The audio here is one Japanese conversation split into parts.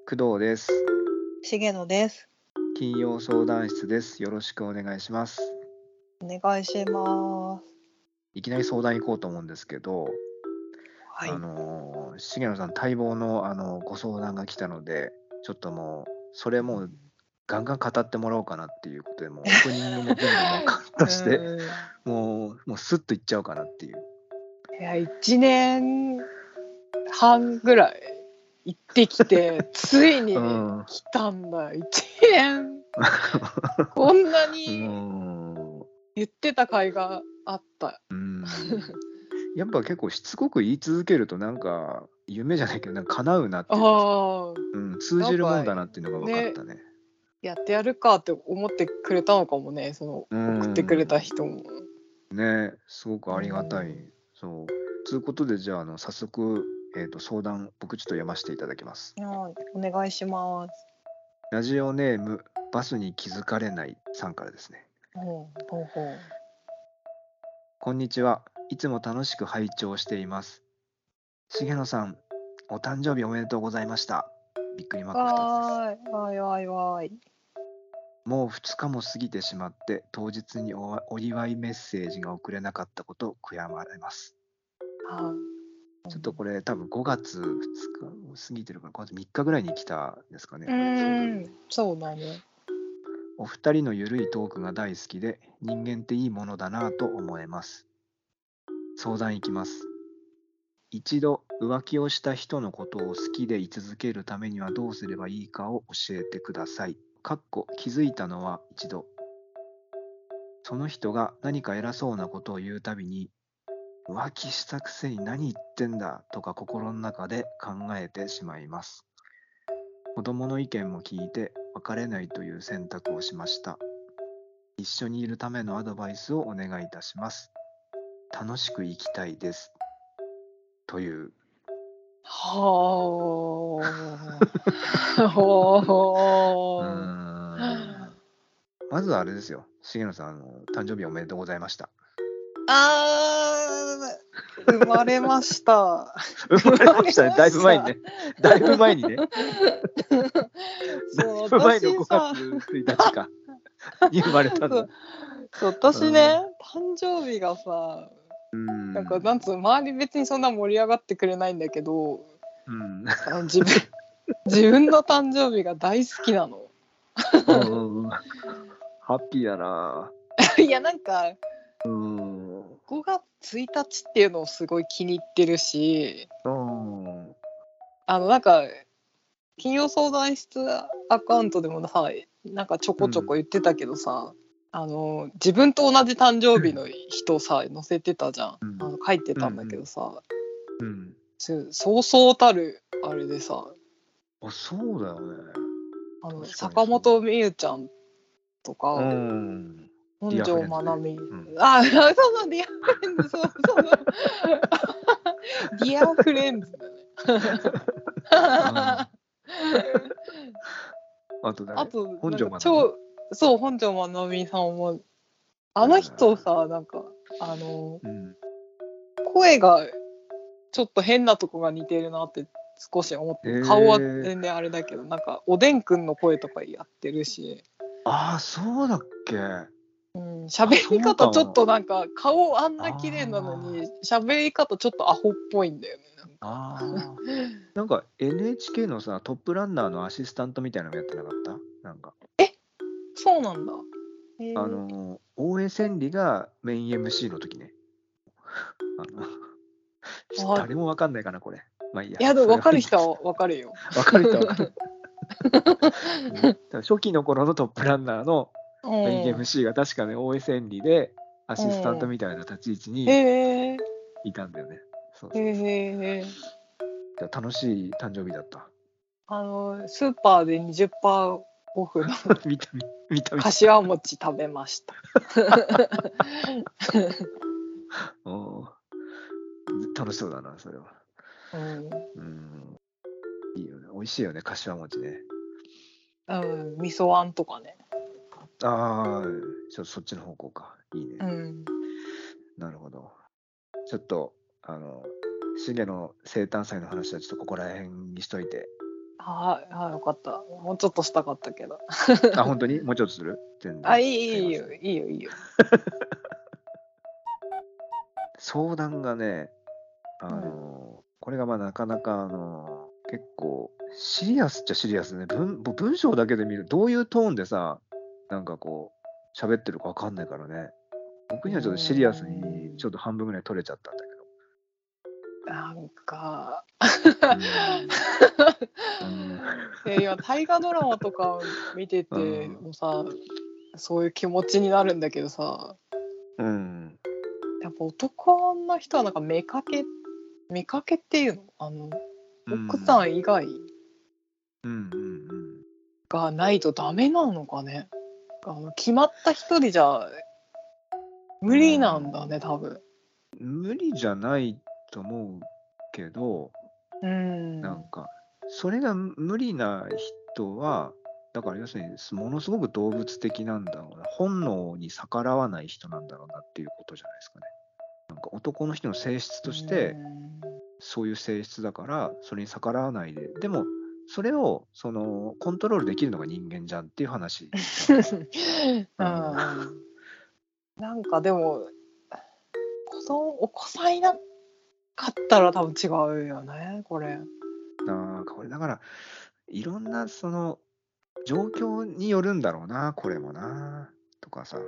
工藤です。 重野です。 金曜相談室です。よろしくお願いします。 お願いします。 いきなり相談行こうと思うんですけど、 はい。 重野さん待望のご相談が来たので、ちょっともうそれもうガンガン語ってもらおうかなっていうことで、もうオープニングも全部もうカットしてもうスッといっちゃおうかなっていう。 いや、1年半ぐらい行ってきてついに来たんだ。1年こんなに言ってた甲斐があった。 やっぱ結構しつこく言い続けるとなんか夢じゃないけどなんか叶うなっていうか、通じるもんだなっていうのが分かったね。 やってやるかって思ってくれたのかもね、その送ってくれた人も。 ね、すごくありがたい。そう。ということで、じゃあ、早速、相談、僕ちょっと読ませていただきます。 はい、お願いします。 ラジオネーム、バスに気づかれないさんからですね。こんにちは。いつも楽しく拝聴しています。重野さん、お誕生日おめでとうございました。びっくりマーク2つです。 わい。もう2日も過ぎてしまって、当日にお祝いメッセージが送れなかったことを悔やまれます。ちょっとこれ多分5月2日過ぎてるから5月3日ぐらいに来たんですかね。 そうだね。 お二人のゆるいトークが大好きで人間っていいものだなぁと思えます。相談いきます。一度浮気をした人のことを好きでい続けるためにはどうすればいいかを教えてください。気づいたのは一度。その人が何か偉そうなことを言うたびに浮気したくせに何言ってんだとか心の中で考えてしまいます。子供の意見も聞いて別れないという選択をしました。一緒にいるためのアドバイスをお願いいたします。楽しく生きたいです。という。まずはあれですよ。重野さん、誕生日おめでとうございました。 生まれました。 生まれましたね。だいぶ前にね。だいぶ前にね。だいぶ前の5月1日か。に生まれたんだ。 そう、私ね、誕生日がさ、なんかなんつう周り別にそんな盛り上がってくれないんだけど、自分の誕生日が大好きなの。 ハッピーだな。 いやなんか5月1日っていうのをすごい気に入ってるし、なんか金曜相談室アカウントでもさ、なんかちょこちょこ言ってたけどさ、自分と同じ誕生日の人さ載せてたじゃん。書いてたんだけどさ、そうそうたるあれでさ、 そうだよね。 坂本美優ちゃんとか、本上まなみ、そうディアフレンズ、そうディアフレンズだね。 あと本上まなみ。そう、本上まなみさんも人さ、なんか声がちょっと変なとこが似てるなって少し思って、顔は全然あれだけど、なんかおでんくんの声とかやってるし。 そうだっけ。 喋り方ちょっとなんか顔あんな綺麗なのに喋り方ちょっとアホっぽいんだよね。 なんか NHK のさ、トップランナーのアシスタントみたいなのやってなかった？なんかそうなんだ。 大江千里がメイン MC の時ね。誰もわかんないかなこれ。まあいいや。 いやでも分かる人は分かるよ。 分かる人は分かる。初期の頃のトップランナーのメイン MC が確かね、大江千里でアシスタントみたいな立ち位置にいたんだよね。楽しい誕生日だった。 スーパーで 20% オフの柏餅食べました。 楽しそうだな、それは。いいよね。美味しいよね、柏餅ね。 味噌あんとかね。 ちょっとそっちの方向か。いいね。なるほど。ちょっと、重の生誕祭の話はちょっとここら辺にしといて、 よかった。もうちょっとしたかったけど。 あ、本当にもうちょっとする全あ、 然。 いいよ、いいよ、いいよ。 相談がね、 うんこれがまあなかなか結構シリアスっちゃシリアスね。文章だけで見る、どういうトーンでさ、なんかこう、喋ってるかわかんないからね。僕にはちょっとシリアスにちょっと半分ぐらい取れちゃったんだけなんか、 ど。うん。 今、大河ドラマとか見てうてん。 もさ、そういう気持ちになるんだけどさ、 うん。 やっぱ男の人はなんか見かけっていうの奥さん以外うん。うん。 がないとダメなのかね。決まった一人じゃ無理なんだね、多分。 無理じゃないと思うけど、なんか、それが無理な人は、だから要するに、ものすごく動物的なんだろうな。本能に逆らわない人なんだろうなっていうことじゃないですかね。なんか男の人の性質として、そういう性質だから、それに逆らわないで。でも、それを、コントロールできるのが人間じゃんっていう話なのかな。 なんかでもお子さんいなかったら多分違うよね、これ。 なんかこれだから、いろんな状況によるんだろうな、これもな、とかさ。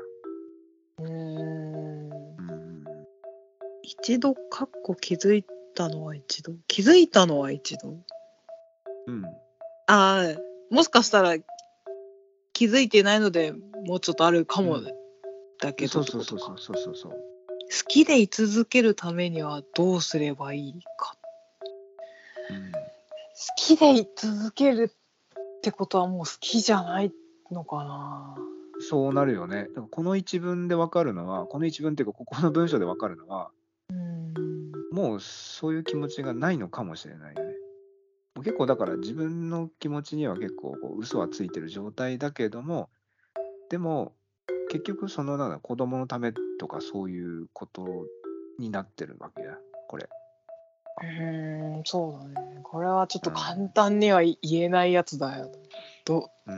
うん。 一度気づいたのは一度気づいたのは一度うん。 もしかしたら気づいてないのでもうちょっとあるかもだけどそうってことか。 そう。 好きで居続けるためにはどうすればいいか。 うん。 好きで居続けるってことはもう好きじゃないのかな。 そうなるよね。だからこの一文でわかるのは、この一文っていうか、ここの文章でわかるのは、もうそういう気持ちがないのかもしれないよね。もう結構だから自分の気持ちには結構嘘はついてる状態だけども、でも結局なんだ子供のためとかそういうことになってるわけや、これ。 そうだね。これはちょっとうん。 簡単には言えないやつだよ。 うん。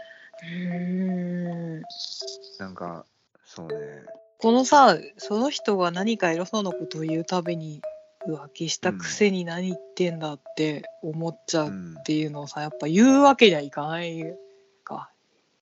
ーんなんか、そうね。 このさ、その人が何か偉そうなことを言うたびに浮気したくせに何言ってんだって思っちゃうっていうのをさ、やっぱ言うわけにはいかないか。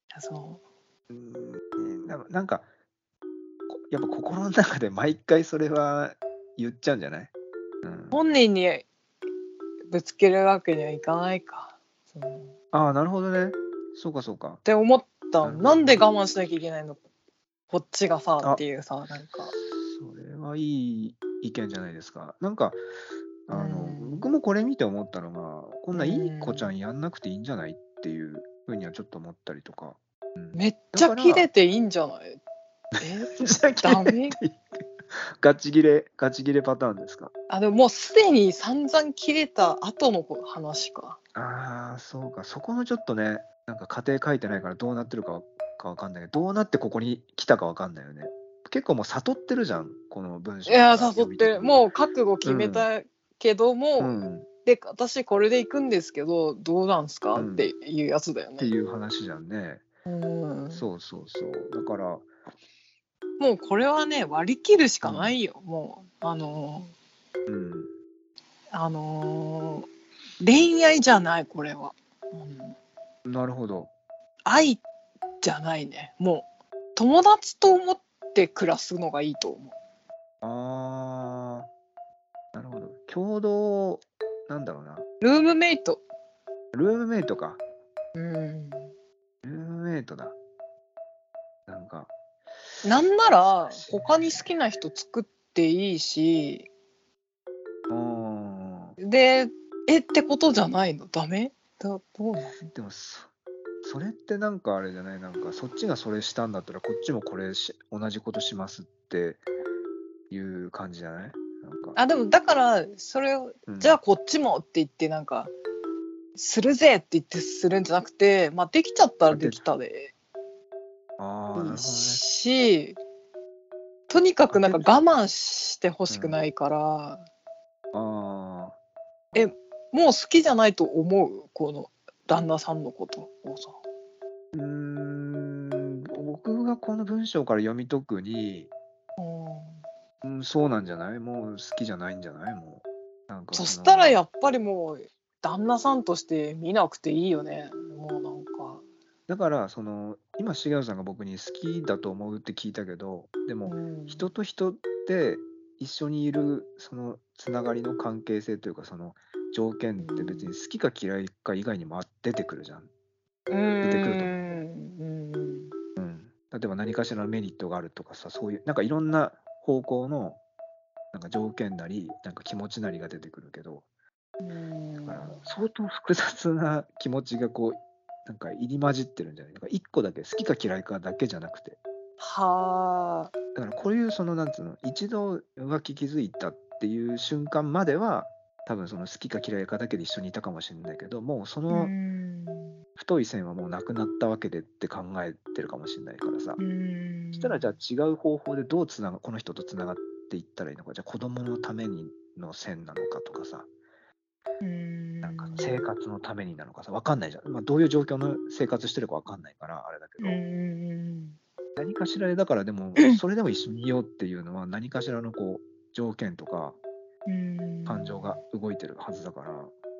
なんか、やっぱ心の中で毎回それは言っちゃうんじゃない？ 本人にぶつけるわけにはいかないか。 ああ、なるほどね。そうかそうか。 って思ったの。 なるほどね。 なんで我慢しなきゃいけないのこっちがさっていうさ、なんか。 それはいい意見じゃないですか。なんか、僕うもこれ見て思ったのが、こんないい子ちゃんんやんなくていいんじゃないっていうふうにはちょっと思ったりとか。 めっちゃだから、 キレていいんじゃない？ダメ？ ガチギレパターンですか。 でももうすでに散々キレた後の話か。 ああ、そうか。そこのちょっとね、なんか家庭書いてないからどうなってるかわかんないけど、どうなってここに来たかわかんないよね。結構もう悟ってるじゃん、この文章から誘ってる。 読み解く。 もう覚悟決めたけども、 うん。 で、私これで行くんですけど、どうなんすかうん。っっていうやつだよね。 ていう話じゃんね。 もそう。だから、 うこれはね、割り切るしかなうん。 いよ。もう、 うん。 恋愛じゃない、これは。 なるほど。 愛じゃないね。もう、友達と思って暮らすのがいいと思う。 ああ、なるほど。共同、なんだろうな。 ルームメイト。 ルームメイトか。 うん。 ルームメイトだ。なんか、 なんなら難しいね。 他に好きな人作っていいし、 ああ。 で、ってことじゃないの？ダメ？どうなの？ でもそれってなんかあれじゃない？なんかそっちがそれしたんだったらこっちも同じことしますっていう感じじゃない？なんか。 でもだからそれを、じゃあこっちもって言ってなんかするぜって言ってするんじゃなくて、できちゃったらできたでいいなるほどね。 し、とにかくなんか我慢してほしくないから、 ああ。 もう好きじゃないと思う、この旦那さんのことをさ。 僕がこの文章から読み解くに、そうなんじゃない？もう好きじゃないんじゃない？もうなんかそしたらやっぱりもう旦那さんとして見なくていいよね。もうなんか。 だから今重野さんが僕に好きだと思うって聞いたけど、でも人と人って一緒にいるそのつながりの関係性というか、その条件って別に好きか嫌いか以外にも出てくるじゃん。出てくると思う。例えば何かしらのメリットがあるとかさ、そういうなんかいろんな方向のなんか条件なりなんか気持ちなりが出てくるけど、だから相当複雑な気持ちがこうなんか入り混じってるんじゃない？なんか一個だけ好きか嫌いかだけじゃなくて、 はあ。 だからこういうなんつうの、一度浮気気づいたっていう瞬間までは多分その好きか嫌いかだけで一緒にいたかもしれないけど、もうその太い線はもうなくなったわけでって考えてるかもしれないからさ。そしたらじゃあ違う方法でどうこの人とつながっていったらいいのか、じゃあ子供のためにの線なのかとかさ、なんか生活のためになのかさ、分かんないじゃん。どういう状況の生活してるか分かんないからあれだけど、何かしらでだからでもそれでも一緒にいようっていうのは何かしらのこう条件とか感情が動いてるはずだから、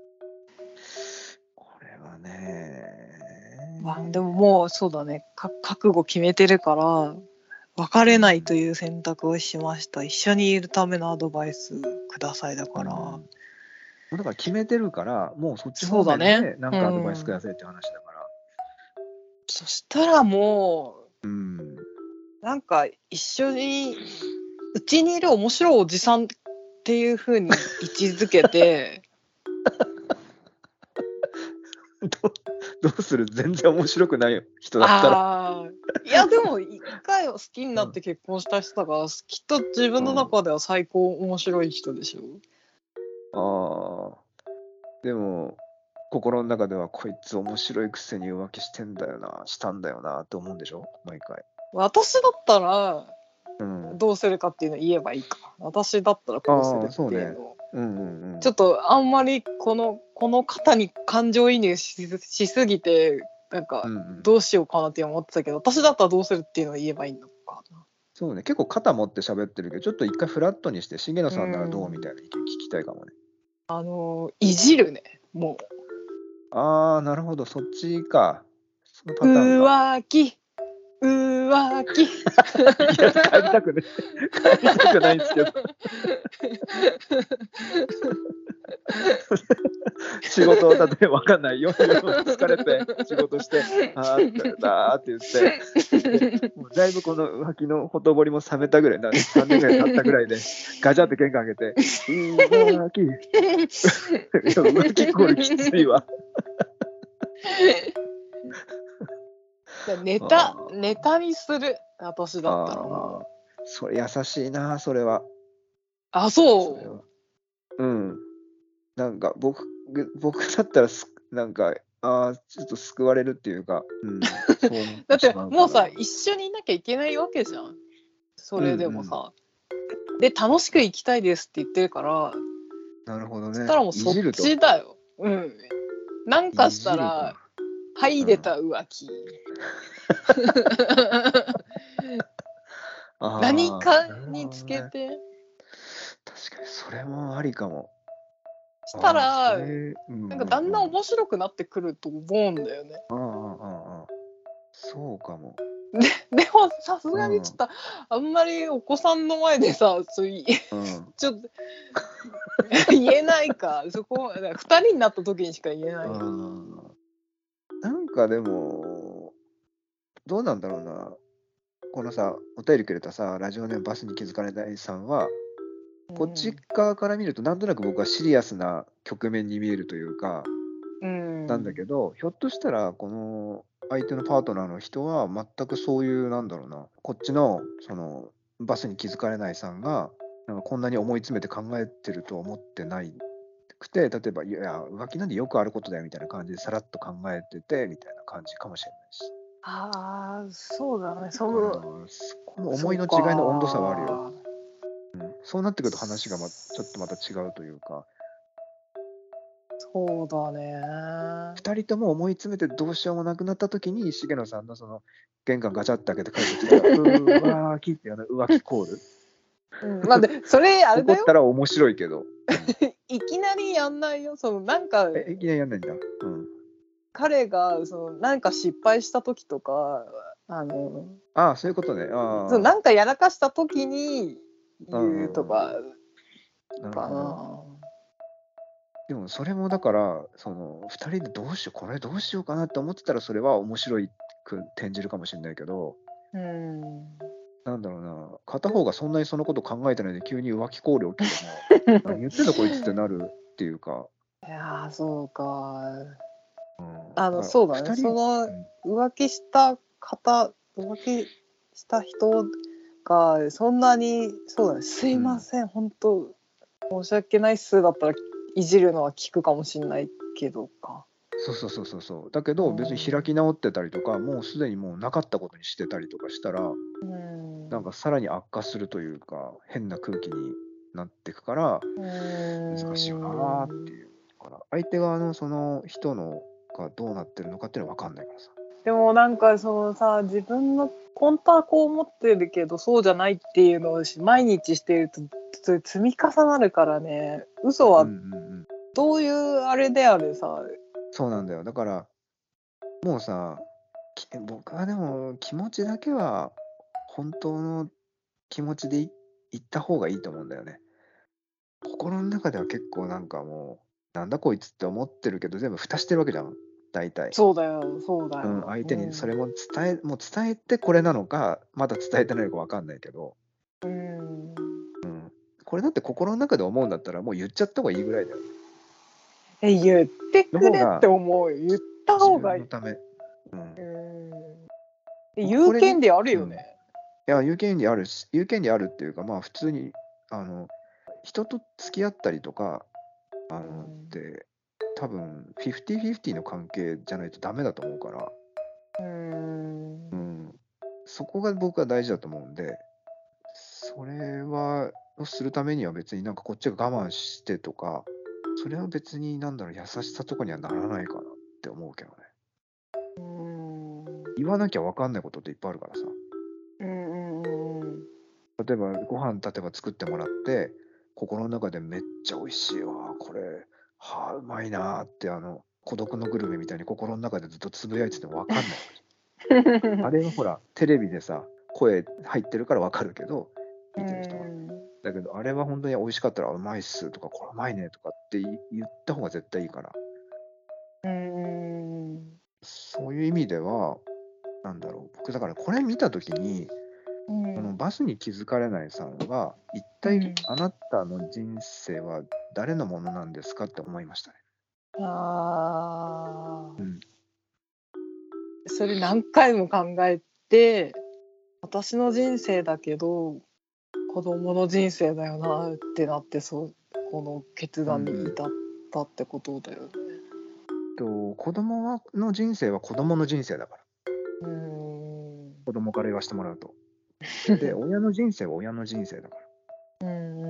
これはね。 でももうそうだね、覚悟決めてるから別れないという選択をしました、一緒にいるためのアドバイスくださいだから、 だから決めてるからもうそっち方面でなんかアドバイスくださいって話だから、 そしたらもう、なんか一緒にうちにいる面白いおじさんっていう風に位置づけてどうする？全然面白くない人だったら。 いやでも一回好きになって結婚した人だから、きっと自分の中では最高面白い人でしょ。 でも心の中ではこいつ面白いくせに浮気したんだよなって思うんでしょ毎回。 私だったらどうするかっていうのを言えばいいか。私だったらこうするっていうのを。ちょっとあんまりこの方に感情移入しすぎてなんかどうしようかなって思ってたけど、私だったらどうするっていうのを言えばいいのかな。 そうね、結構肩持って喋ってるけど、ちょっと一回フラットにして重野さんならどうみたいな意見聞きたいかもね。 いじるね、もう。なるほど、そっちか。そのパターンか。 浮気いや、帰りたくね。帰りたくないんですけど。仕事、例えば分かんないよ。疲れて仕事して、疲れたって言って、もうだいぶこの浮気のほとぼりも冷めたぐらい、3年ぐらい経ったぐらいで、ガチャって玄関開けて、浮気。浮気コールきついわ。 ネタにする、私だったらもう。それ優しいな、それは。 そう。 なんか僕だったらなんかちょっと救われるっていうか、 だってもうさ一緒にいなきゃいけないわけじゃん。それでもさ、で楽しく生きたいですって言ってるから、 なるほどね。 そしたらもうそっちだよ。なんかしたらはい出た浮気。何かにつけて。 確かにそれもありかも。 したらなんかだんだん面白くなってくると思うんだよね。 そうかも。 でもさすがにちょっとあんまりお子さんの前でさそういうちょっと言えないか、そこ2人になった時にしか言えない。 なんかでもどうなんだろうな。このさお便りくれたさラジオネームバスに気づかれないさんは、こっち側から見るとなんとなく僕はシリアスな局面に見えるというか、なんだけど、ひょっとしたらこの相手のパートナーの人は全くそういうなんだろうな、こっちのそのバスに気づかれないさんがなんかこんなに思い詰めて考えてると思ってないくて、例えばいや浮気なんでよくあることだよみたいな感じでさらっと考えててみたいな感じかもしれないし。 そうだね。 その思いの違いの温度差はあるよ。そうなってくると話がちょっとまた違うというか。 そうだね。 2人とも思い詰めてどうしようもなくなった時に重野さんのその玄関ガチャって開けて帰ってきたら浮気って浮気コールまあでそれあれだよ起こったら面白いけど、 いきなりやんないよ。そのなんかいきなりやんないんだ。 彼がそのなんか失敗した時とかああ、そういうことね。 そうなんかやらかした時に言うとかかなるほど。 な。 でもそれもだからその2人でこれどうしようかなって思ってたらそれは面白く転じるかもしれないけど、なんだろうな、片方がそんなにそのこと考えてないで急に浮気コール起きても何言ってんだこいつってなるっていうか。 いやーそうか。 だからそうだね。 2人その浮気した人がそんなにそうだね。すいません、本当申し訳ないっすだったらいじるのは聞くかもしれないけどか。 そうだけど別に開き直ってたりとかもうすでにもうなかったことにしてたりとかしたらなんかさらに悪化するというか変な空気になっていくから難しいよなっていうから相手側のその人のがどうなってるのかっていうのは分かんないからさ。 でもなんかそのさ自分の本当はこう思ってるけどそうじゃないっていうのを毎日してるとそれ積み重なるからね。嘘はどういうあれであれさ、 そうなんだよ。だからもうさ僕はでも気持ちだけは本当の気持ちで言った方がいいと思うんだよね。心の中では結構なんかもうなんだこいつって思ってるけど全部蓋してるわけじゃん大体。 そうだよ。 相手にそれも伝えてこれなのかまだ伝えてないのか分かんないけど、これだって心の中で思うんだったらもう言っちゃった方がいいぐらいだよね。 言ってくれって思うよ。言った方がいい。 自分のため。 言う権利あるよね。 いや言う権利あるっていうかまあ普通に人と付き合ったりとかで多分50-50の関係じゃないとダメだと思うから、そこが僕は大事だと思うんで、それをするためには別になんかこっちが我慢してとか、それは別になんだろう優しさとかにはならないかなって思うけどね。言わなきゃ分かんないことっていっぱいあるからさ。例えばご飯作ってもらって心の中でめっちゃ美味しいわこれうまいなって孤独のグルメみたいに心の中でずっとつぶやいてても分かんないわけあれはほらテレビでさ声入ってるから分かるけど見てる人はだけどあれは本当に美味しかったらうまいっすとかこれうまいねとかって言った方が絶対いいからそういう意味ではなんだろう僕だからこれ見た時にこのバスに気づかれないさんは一体あなたの人生は誰のものなんですかって思いましたね。 それ何回も考えて私の人生だけど子供の人生だよなってなってこの決断に至ったってことだよね。 子供の人生は子供の人生だから。子供から言わせてもらうと。で親の人生は親の人生だから。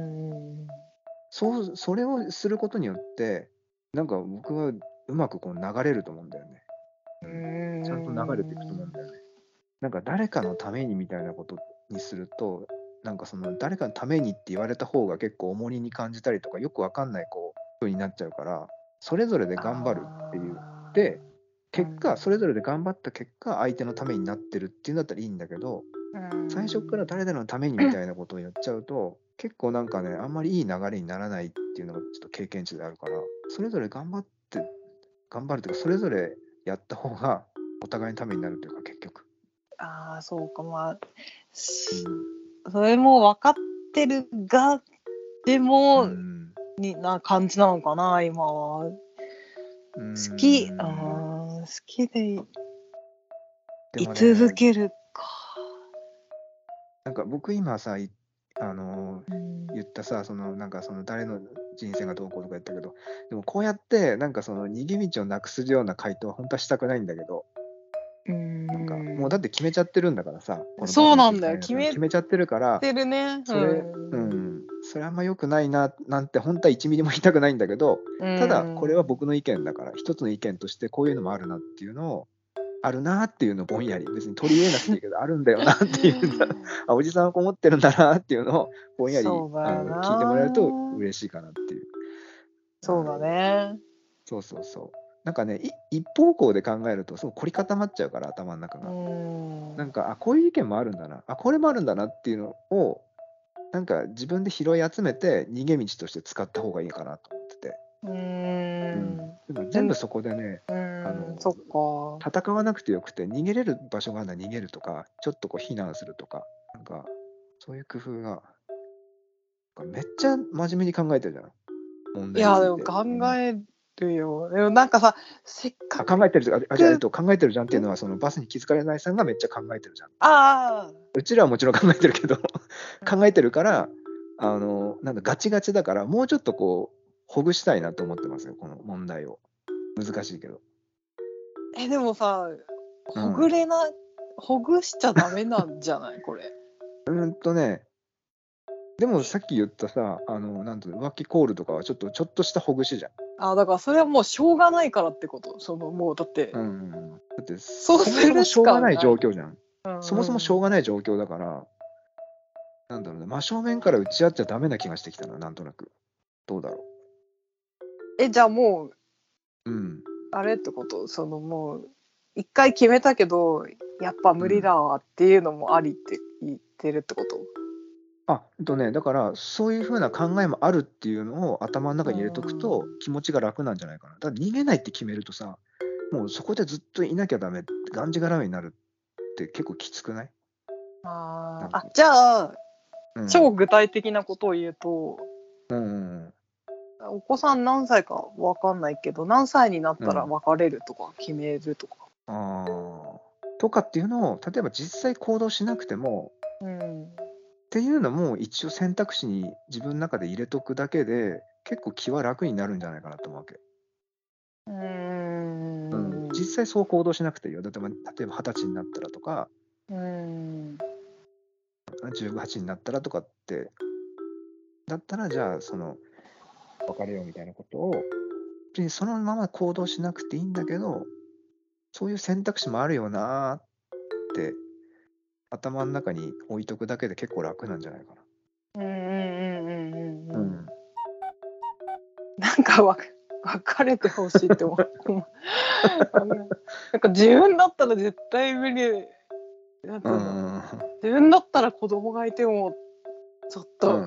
それをすることによってなんか僕はうまくこう流れると思うんだよね。ちゃんと流れていくと思うんだよね。なんか誰かのためにみたいなことにするとなんかその誰かのためにって言われた方が結構重荷に感じたりとかよくわかんない風になっちゃうからそれぞれで頑張るっていうで結果それぞれで頑張った結果相手のためになってるっていうんだったらいいんだけど最初から誰々のためにみたいなことをやっちゃうと結構なんかねあんまりいい流れにならないっていうのがちょっと経験値であるからそれぞれ頑張るというかそれぞれやった方がお互いのためになるというか結局そうかそれも分かってるがでもな感じなのかな今は好きで居続けるかなんか僕今さ言ったさなんか誰の人生がどうこうとか言ったけどでもこうやってなんか逃げ道をなくすような回答は本当はしたくないんだけどなんかもうだって決めちゃってるんだからさそうなんだよ決めちゃってるからてるねそれあんま良くないななんて本当は1ミリも言いたくないんだけど、ただこれは僕の意見だから、一つの意見としてこういうのもあるなっていうのを、あるなっていうのをぼんやり、別に取り入れなくていいけど、あるんだよなっていうんだ、あ、おじさんはこう思ってるんだなっていうのをぼんやりそうだよな。 聞いてもらえると嬉しいかなっていう。 そうだね。 そうそうそう。なんかね、一方向で考えると、すごい凝り固まっちゃうから、頭の中が。なんか、あ、こういう意見もあるんだな、あ、これもあるんだなっていうのを、なんか自分で拾い集めて、逃げ道として使った方がいいかなと思ってて。でも全部そこでね、 そっか。 戦わなくてよくて、逃げれる場所があるなら逃げるとか、ちょっとこう避難するとか、なんか、そういう工夫が、めっちゃ真面目に考えてるじゃん。問いや、 題について。 でも考えるよ。でもなんかさ、せっかく。 考えてるじゃん。考えてるじゃんっていうのは、そのバスに気づかれないさんがめっちゃ考えてるじゃん。 ああ。 うちらはもちろん考えてるけど、考えてるから、なんだ、ガチガチだから、もうちょっとこう、ほぐしたいなと思ってますよ、この問題を。難しいけど。 でもさ、ほぐしちゃダメなんじゃないこれ。 でもさっき言ったさ、なんていうの、浮気コールとかはちょっとしたほぐしじゃん。 だからそれはもうしょうがないからってこと。もうだって。 だってそうするしょうがない状況じゃん。 うん、 そもそもしょうがない状況だから、なんだろうね、真正面から打ち合っちゃダメな気がしてきたな、なんとなく。どうだろじゃあもう。 あれってこと、もう一回決めたけどやっぱ無理だわっていうのもありって言ってるってこと、 だからそういう風な考えもあるっていうのを頭の中に入れとくと気持ちが楽なんじゃないかな。だから逃げないって決めるとさ、もうそこでずっといなきゃダメ、がんじがらめになるって結構きつくない？ じゃあ、超具体的なことを言うと、お子さん何歳か分かんないけど、何歳になったら別れるとか決めるとか。 とかっていうのを、例えば実際行動しなくても、っていうのも一応選択肢に自分の中で入れとくだけで、結構気は楽になるんじゃないかなと思うわけ。実際そう行動しなくていいよ。例えば20歳になったらとか、18になったらとかって、だったらじゃあ別れようみたいなことを、別にそのまま行動しなくていいんだけど、そういう選択肢もあるよなって頭の中に置いとくだけで結構楽なんじゃないかな。 なんか別れてほしいって思う。なんか自分だったら絶対無理。自分だったら子供がいてもちょっと、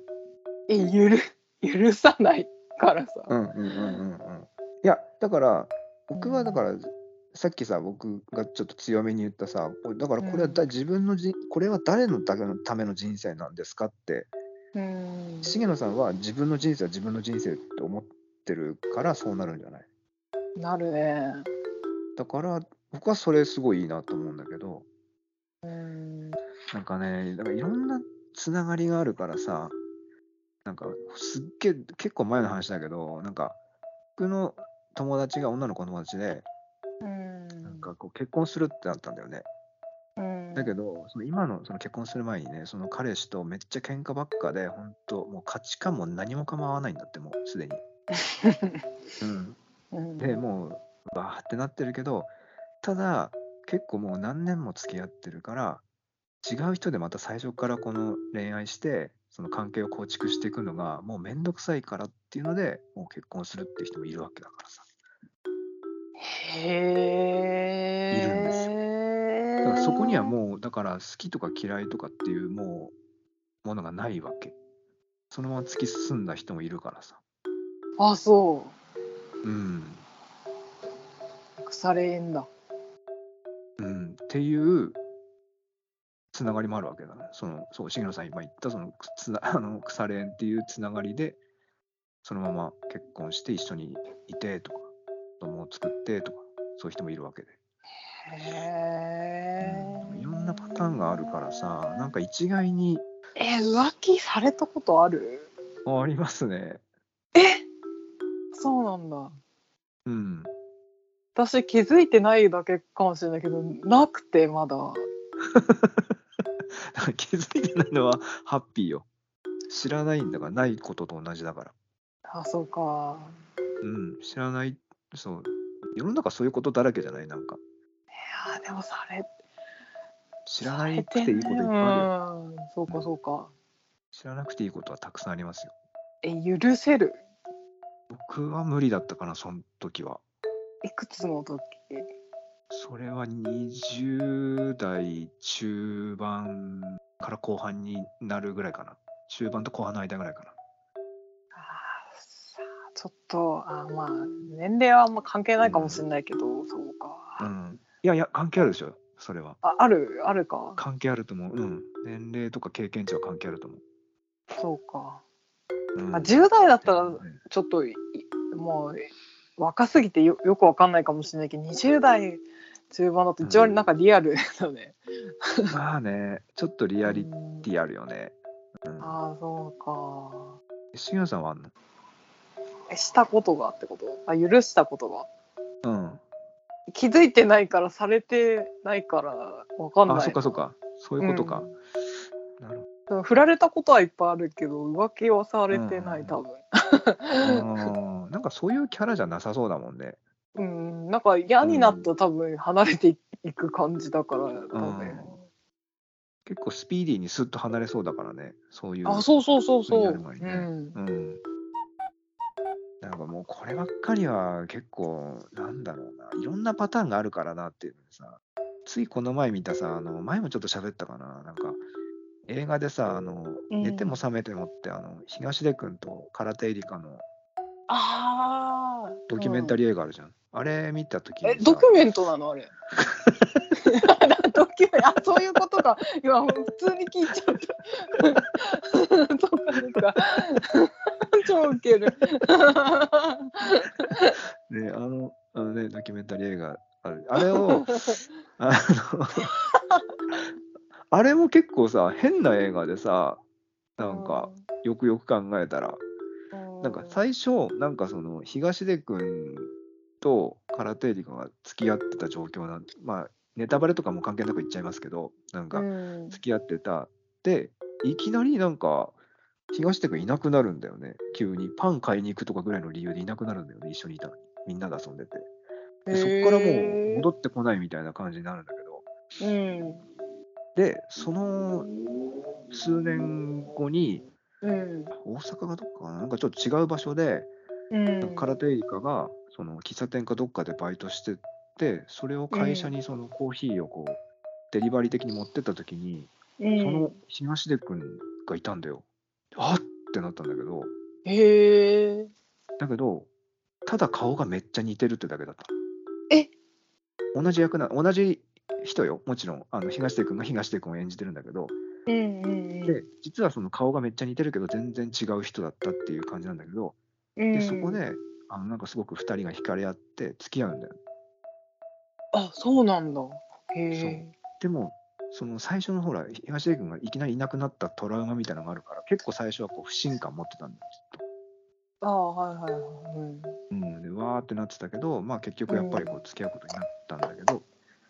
許さないからさ。 いやだから僕はさっきさ、僕がちょっと強めに言ったさ、だからこれはこれは誰のための人生なんですかって、重野さんは自分の人生は自分の人生って思ってるからそうなるんじゃない？ なるね。 だから僕はそれすごいいいなと思うんだけど、なんかね、だからいろんなつながりがあるからさ、なんかすっげえ結構前の話だけど、なんか僕の友達が女の子の友達で、なんかこう結婚するってなったんだよね。だけど、今の結婚する前にね、その彼氏とめっちゃ喧嘩ばっかで、本当もう価値観も何も構わないんだって、もうすでに。で、もう、わーってなってるけど、ただ、結構もう何年も付き合ってるから、違う人でまた最初からこの恋愛して、その関係を構築していくのが、もうめんどくさいからっていうので、もう結婚するっていう人もいるわけだからさ。いるんですよ。だからそこにはもう、だから好きとか嫌いとかっていうものがないわけ。そのまま突き進んだ人もいるからさ。 そう。 うん。 腐れ縁だ。 っていうつながりもあるわけだね。そう、重野さん今言った腐れ縁っていうつながりで、そのまま結婚して一緒にいてとか、子供を作ってとか、そういう人もいるわけで。いろんなパターンがあるからさ、なんか一概に。 浮気されたことある？ ありますね。 そうなんだ。私気づいてないだけかもしれないけど、なくてまだ。 気づいてないのはハッピーよ。 知らないんだから、ないことと同じだから。 あ、そうか。 知らない、そう、世の中そういうことだらけじゃない？なんか、 いやでも知らなされくていいこてね、 といっぱいあるよ。 そうかそうか。 知らなくていいことはたくさんありますよ。 許せる？ 僕は無理だったかな、その時は。 いくつの時？ それは20代中盤から後半になるぐらいかな。中盤と後半の間ぐらいかさあちょっと、まあ、年齢はあんま関係ないかもしな。 れないけど、そうか。 いやいや、関係あるでしょ、それは。 あるか。 関係あると思う。年齢とか経験値は関係あると思う。 そうか。 うん 10代だったら、 でもねちょっともう、若すぎてよくわかんないかもしれないけど、20代中盤だと一番なんかリアルだね。 まあね、ちょっとリアリうんティあるよね。 そうか。 しげさんはあんの？ したことがってこと？許したことが。 うん。 気づいてないから、されてないからわかんあ、 ないな。 そっかそっか。そういうことか。なる振られたことはいっぱいあるけど、浮気はさほど。 れてない多分。 なんかそういうキャラじゃなさそうだもんね。 なんか嫌になっうん。 たら多分離れていく感じだからう多分。 ん。結構スピーディーにスッと離れそうだからね。そういうそうそうそう風になそう。 る前にね。なんかもうこればっかりは結構、なんだろうな。いろんなパターンがあるからなっていうのでさ。ついこの前見たさ、前もちょっと喋ったかな。なんか映画でさ、寝ても覚めてもって、東出君と空手エリカのドキュメンタリー映画あるじゃん。あれ見たときにさ、 ドキュメントなのあれ？ドキュメント、そういうことか。今普通に聞いちゃった。そっかそっか。超ウケる。 ね、ね、ドキュメンタリー映画ある。あれを、あの、あれも結構さ、変な映画でさ、なんか、よくよく考えたら、なんか最初、なんかその、東出君と空手エリカが付き合ってた状況まあ、ネタバレとかも関係なく言っちゃいますけど、なんか、付き合ってた。で、いきなりなんか、東出君いなくなるんだよね。急に。パン買いに行くとかぐらいの理由でいなくなるんだよね。一緒にいたのに。みんなで遊んでて。で、そっからもう戻ってこないみたいな感じになるんだけど。で、その数年後に、大阪がどっかかな、なんかちょっと違う場所で、空手エリカがその喫茶店かどっかでバイトしてて、それを会社にそのコーヒーをこうデリバリー的に持ってった時に、その東出君がいたんだよ。あっってなったんだけど、だけど、ただ顔がめっちゃ似てるってだけだった。同じ人よ、もちろん。東出君が東出君を演じてるんだけど、で、実はその顔がめっちゃ似てるけど、全然違う人だったっていう感じなんだけど、で、そこで、なんかすごく2人が惹かれ合って付き合うんだよ。 そうなんだ。 そう。でも、その最初のほら、東出君がいきなりいなくなったトラウマみたいなのがあるから、結構最初はこう不信感持ってたんだよ、きっと。 はいはいはい。 で、わーってなってたけど、まあ結局やっぱりこう付き合うことになったんだけど、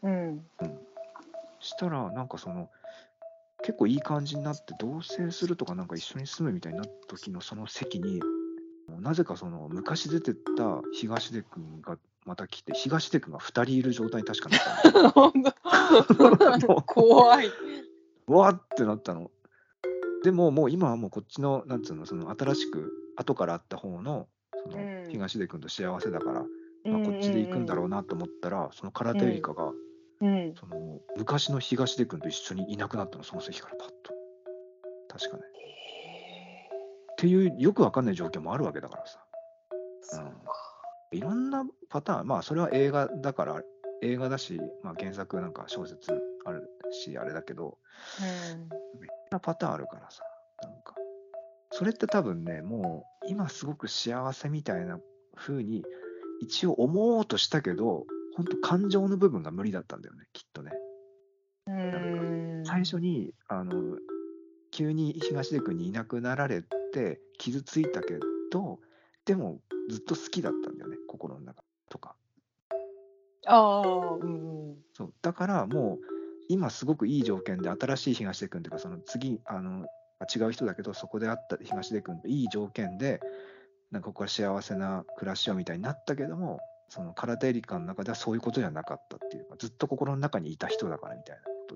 したら、なんかその、結構いい感じになって同棲するとかなんか一緒に住むみたいになった時のその席に、なぜかその昔出てた東出君がまた来て、東出君が2人いる状態に確かなったの。 怖い。 わーってなったの。でももう今はもうこっちの、なんつうの、その新しく後から会った方の、その東出君と幸せだから、まあ、こっちで行くんだろうなと思ったら、その空手エリカが、その昔の東出君と一緒にいなくなったの、その席からパッと。確かね。っていうよくわかんない状況もあるわけだからさ。いろんなパターン、まあそれは映画だから、映画だし、まあ、原作なんか小説あるし、あれだけど、いろんなパターンあるからさ、なんか、それって多分ね、もう今すごく幸せみたいな風に一応思おうとしたけど、本当感情の部分が無理だったんだよね、きっとね。なんか最初に急に東出君にいなくなられて傷ついたけど、でもずっと好きだったんだよね、心の中とか。そうだからもう今すごくいい条件で新しい東出君というか、その次違う人だけど、そこで会った東出君といい条件でなんかここは幸せな暮らしをみたいになったけども、その空手エリカの中ではそういうことじゃなかったっていうか、ずっと心の中にいた人だからみたいなことです。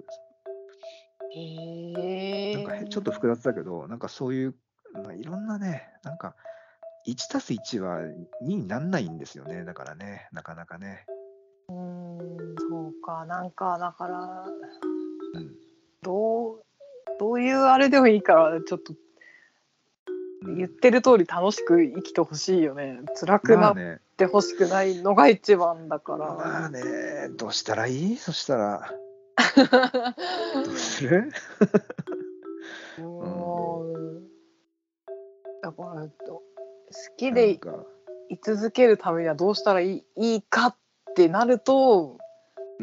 なんかちょっと複雑だけど、なんかそういう、いろんなね、なんか 1+1 は2になんないんですよね。だからね、なかなかね。 そうか、なんかだからうん。 どういうあれでもいいからちょっと言ってる通り楽しく生きてほしいよね。辛くなっまあね、 てほしくないのが一番だから。 まあね、どうしたらいい？そしたら、どうする？うん、 もうだから好きでいなんか、 続けるためにはどうしたらいいかってなると、 うん、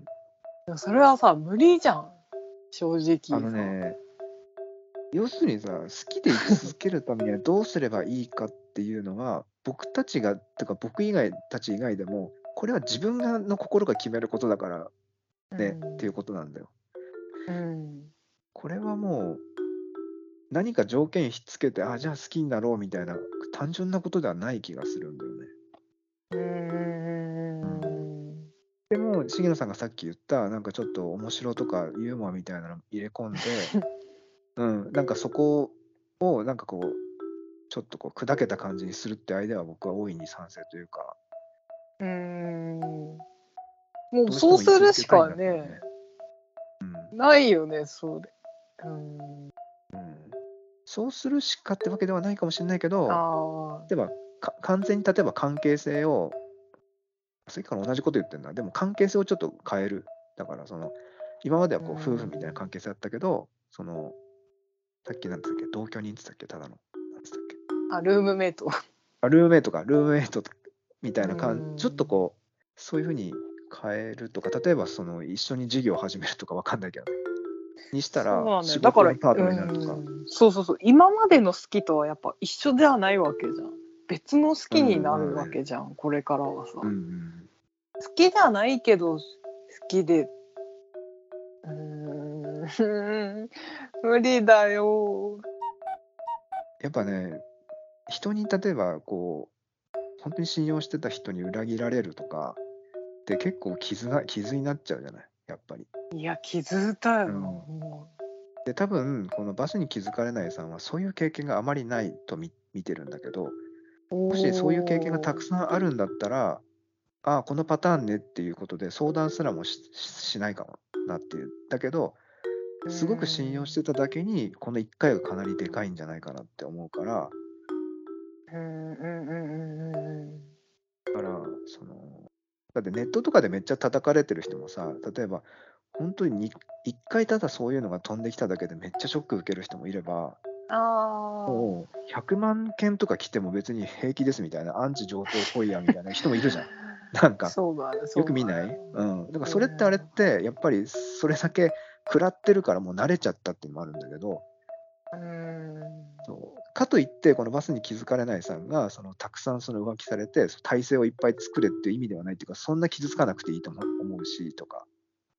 それはさ無理じゃん正あ直さ。 のね、要するにさ、好きで生き続けるためにはどうすればいいかっていうのは、僕たちが、てか僕たち以外でも、これは自分の心が決めることだからね、っていうことなんだよ。 うん、 これはもう何か条件ひっつけて、じゃあ好きになろうみたいな単純なことではない気がするんだよね。でも、重野さんがさっき言った、なんかちょっと面白とかユーモアみたいなの入れ込んで、なんかそこを、なんかこう、ちょっとこう砕けた感じにするってアイデアは僕は大いに賛成というか、 もうどうしてそうも言い続けするしかたいんだったらね。 ねないよねそれ。 そうするしかってわけではないかもしれないけど、 あ例えば完全に例えば関係性を、さっきから同じこと言ってるな、でも関係性をちょっと変える。だから今まではこう夫婦みたいな関係性だったけど、さっきなんつったっけ、同居人っつったっけ、ただの。なんつったっけ。 ルームメイト。 ルームメイトか、ルームメイトみたいなちょっとこう、そういうふうに変えるとか、例えば一緒に事業を始めるとかわかんないけどね。にしたそうら、 なんだよ。だ仕事からのパートナーになるとか。 そう今までの好きとはやっぱ一緒ではないわけじゃん。別の好きになるわけじゃん、これからはさ。好きじゃないけど好きで無理だよ。 やっぱね、人に例えばこう、本当に信用してた人に裏切られるとかって結構傷になっちゃうじゃない、やっぱり。 いや傷だよ、 もで、多分、このバスに気づかれないさんはそういう経験があまりないと見てるんだけど、もしそういう経験がたくさんあるんだったら、このパターンねっていうことで相談すらもしないかもなっていう。だけど、すごく信用してただけに、この1回がかなりでかいんじゃないかなって思うから、だから、だってネットとかでめっちゃ叩かれてる人もさ、例えば、本当に1回ただそういうのが飛んできただけでめっちゃショック受ける人もいれば、もう100万件とか来ても別に平気ですみたいな、アンチ上等来いやみたいな人もいるじゃん。なんか、 そうだねよく見ない？だからそれってあれって、やっぱりそれだけ食らってるからもう慣れちゃったっていうのもあるんだけど、かといって、このバスに気づかれないさんが、たくさん浮気されて、体制をいっぱい作れっていう意味ではないっていうか、そんな傷つかなくていいと思うしとか、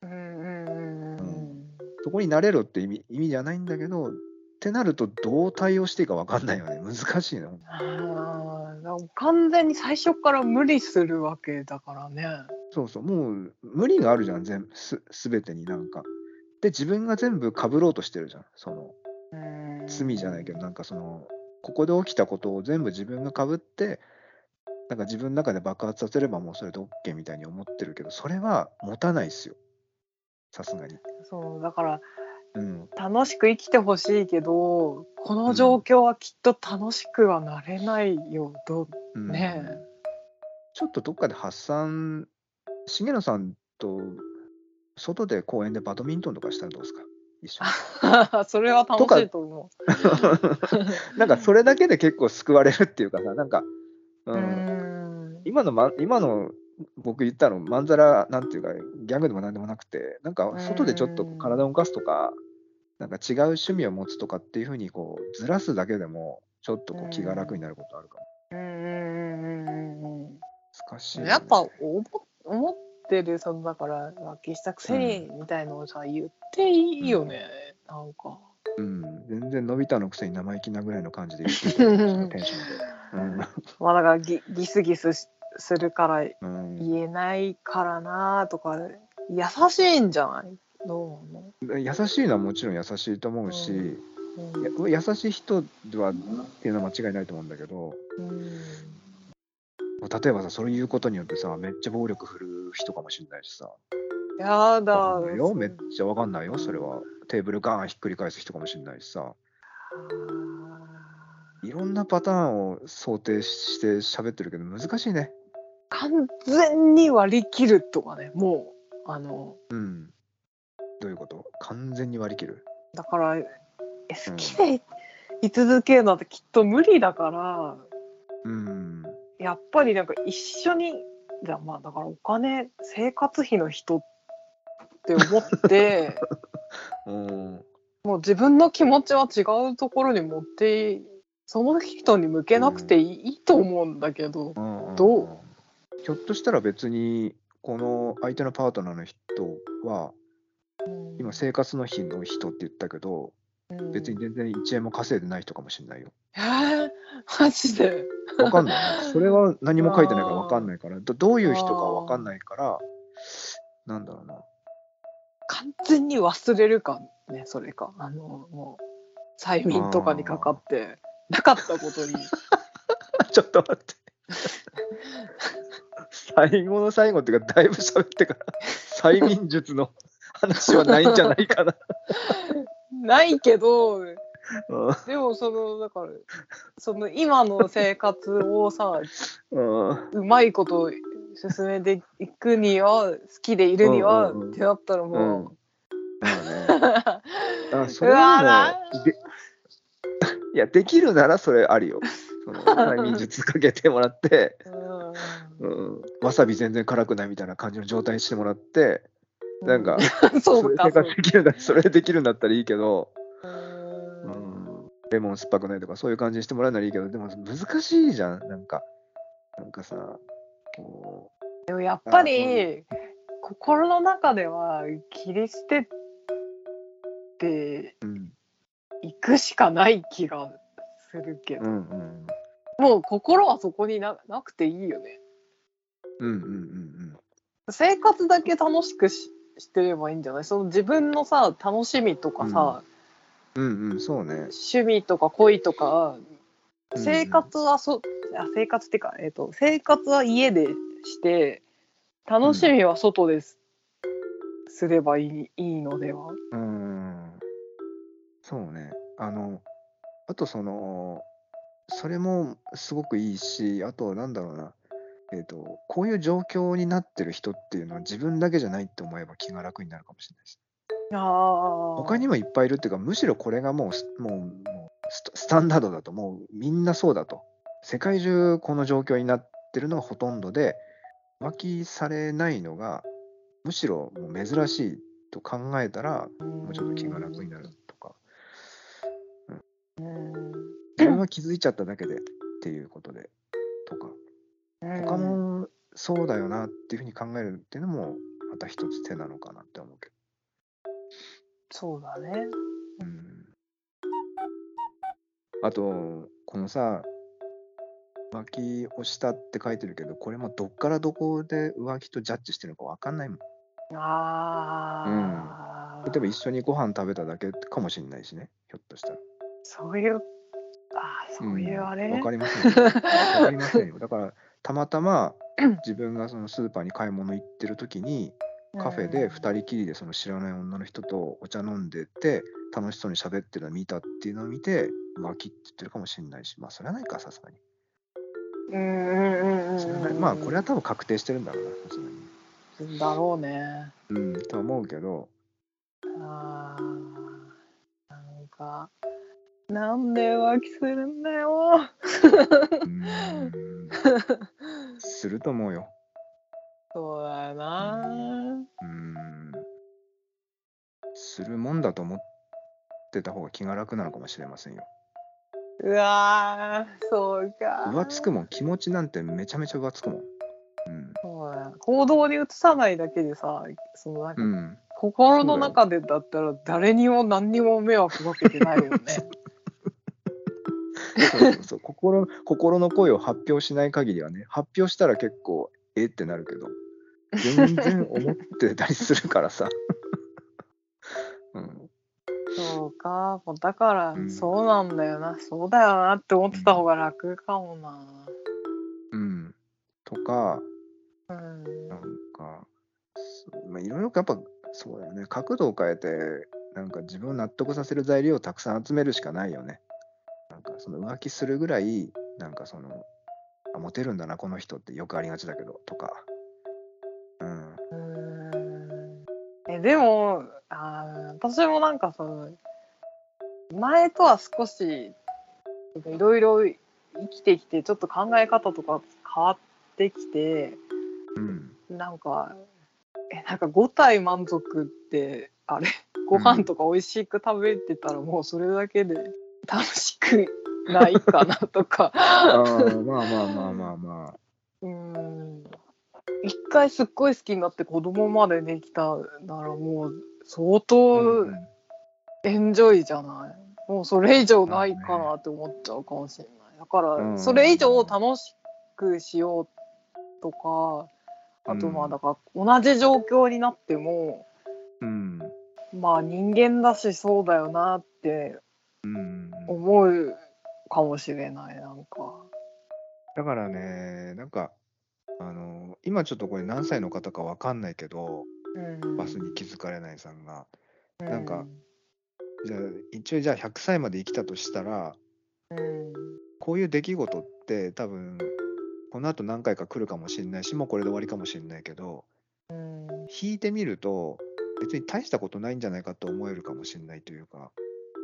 そこに慣れろって意味じゃないんだけど、ってなると、どう対応していいか分かんないよね。難しいの。 完全に最初から無理するわけだからね。 そうそう、もう無理があるじゃん、すべてになんか。で、自分が全部被ろうとしてるじゃん。罪じゃないけど、なんかここで起きたことを全部自分が被って、なんか自分の中で爆発させればもうそれで OK みたいに思ってるけど、それは持たないっすよ。さすがに。 そうだから楽しく生きてほしいけど、この状況はきっと楽しくはなれないよ、ねえ。 ちょっとどっかで重野さんと外で公園でバドミントンとかしたらどうですか、一緒に。 それは楽しいと思う。なんかそれだけで結構救われるっていうかさ、なんか、今の僕言ったのまんざらなんていうかギャグでもなんでもなくて、なんか外でちょっと体を動かすとか、なんか違う趣味を持つとかっていうふうにこうずらすだけでもちょっとこう気が楽になることあるかも。難しいよね。 やっぱ思ってるだから浮気したくせにみたいのをさ言っていいよね、なんか。 全然のび太のくせに生意気なぐらいの感じで言ってると思うそのテンションで。 まあだからギスギスするからうん言えないからなとか、優しいんじゃない？どう思優しいのはもちろん優しいと思うし、 う？ 優しい人はっていうのは間違いないと思うんだけど、例えばさ、それ言うことによってさ、めっちゃ暴力振るう人かもしれないしさ、 やだわかんないよ、めっちゃわかんないよ、それは。テーブルガーンひっくり返す人かもしれないしさ、いろんなパターンを想定して喋ってるけど難しいね。 完全に割り切るとかね、もうどういうこと？完全に割り切る。 だから好きで居続けるのってきっと無理だから、やっぱりなんか一緒にまあだからお金生活費の人って思ってもう自分の気持ちは違うところに持ってその人に向けなくていいと思うんだけど、どう？ ひょっとしたら別にこの相手のパートナーの人は、今生活の費の人って言ったけど、別に全然1円も稼いでない人かもしれないよ。 マジで分かんない。それは何も書いてないから分かんないから、どういう人か分かんないから、なんだろうな。 完全に忘れるかね、それか。もう催眠とかにかかってなかったことに。 ちょっと待って。最後の最後っていうかだいぶ喋ってから催眠術の話はないんじゃないかな。 ないけど、でもだから今の生活をさ、うまいこと進めていくには好きでいるにはってなったらもう、 それはもういやできるならそれありよ。催眠術かけてもらって、わさび全然辛くないみたいな感じの状態にしてもらって、なんかそれ生活できるんだそれできるんだったらいいけど、レモン酸っぱくないとかそういう感じにしてもらうならいいけど、でも難しいじゃん。なんかさ、こうでもやっぱり心の中では切り捨てていくしかない気がするけど、もう心はそこに なくていいよね。生活だけ楽しくしてればいいんじゃない？自分のさ楽しみとかさ、 そうね、 趣味とか恋とか、生活は生活っていうか、生活は家でして楽しみは外ですればいいのでは？ そうね。あとそれもすごくいいし、あとなんだろうな、こういう状況になってる人っていうのは自分だけじゃないって思えば気が楽になるかもしれないです。他にもいっぱいいるっていうか、むしろこれがもうスタンダードだと、もうみんなそうだと。世界中この状況になってるのがほとんどで、浮気されないのがむしろもう珍しいと考えたら、もうちょっと気が楽になるとか、自分は気づいちゃっただけでっていうことでとか、他もそうだよなっていうふうに考えるっていうのもまた一つ手なのかなって思うけど。 そうだね。 あとこのさ、浮気をしたって書いてるけど、これもどっからどこで浮気とジャッジしてるのか分かんないもん。例えば一緒にご飯食べただけかもしれないしね、ひょっとしたら。 そういうあれ？ 分かりませんよ。分かりませんよ。だからたまたま自分がそのスーパーに買い物行ってる時にカフェで2人きりでその知らない女の人とお茶飲んでて楽しそうに喋ってるのを見たっていうのを見て浮気って言ってるかもしれないし、まあそれはないか、さすがに。まあこれは多分確定してるんだろうな、さすがに。 だろうね。 と思うけど。 なんかなんで浮気するんだよ。 すると思うよ。 そうだよな。 するもんだと思ってた方が気が楽なのかもしれませんよ。 うわー、そうか。 浮つくもん、気持ちなんてめちゃめちゃ浮つくもん。 そうだよ。行動に移さないだけでさ、なんか心の中でだったら誰にも何にも迷惑かけてないもんね。 そう心の声を発表しない限りはね、発表したら結構ってなるけど、全然思ってたりするからさ。うん、 そうか、もうだからうん、 そうなんだよな、そうだよなって思ってた方が楽かもな。 とか、 うんなんか、いろいろやっぱそうだよね、角度を変えて、なんか自分を納得させる材料をたくさん集めるしかないよね。なんかその浮気するぐらい、なんかモテるんだな、この人ってよくありがちだけど、とか。 でも私もなんか前とは少しいろいろ生きてきてちょっと考え方とか変わってきて、なんか5体満足ってご飯とか美味しく食べてたらもうそれだけで楽しくないかなとか。 まあ。 一回すっごい好きになって子供までできたならもう相当エンジョイじゃない。もうそれ以上ないかなって思っちゃうかもしれない。だからそれ以上楽しくしようとか、あとだから同じ状況になっても、まあ人間だしそうだよなって思うかもしれない。なんかだからね、なんか今ちょっとこれ何歳の方かわかんないけど、バスに気づかれないさんが、なんかじゃあ一応じゃあ100歳まで生きたとしたら、こういう出来事って多分この後何回か来るかもしれないし、もうこれで終わりかもしれないけど、引いてみると別に大したことないんじゃないかと思えるかもしれないというか、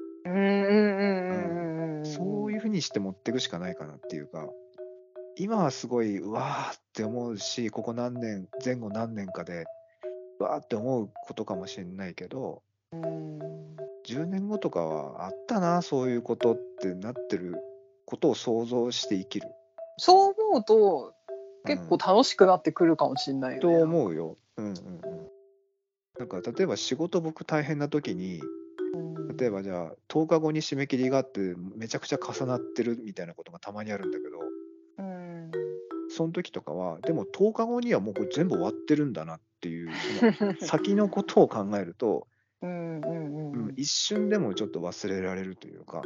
そういうふうにして持っていくしかないかなっていうか、今はすごいうわーって思うし、ここ前後何年かでうわーって思うことかもしれないけど、10年後とかはあったな、そういうことってなってることを想像して生きる。 そう思うと結構楽しくなってくるかもしれないよね。 と思うよ。なんか例えば仕事僕大変な時に、例えばじゃあ10日後に締め切りがあってめちゃくちゃ重なってるみたいなことがたまにあるんだけど、その時とかはでも10日後にはもうこれ全部終わってるんだなっていう、その先のことを考えると一瞬でもちょっと忘れられるというか、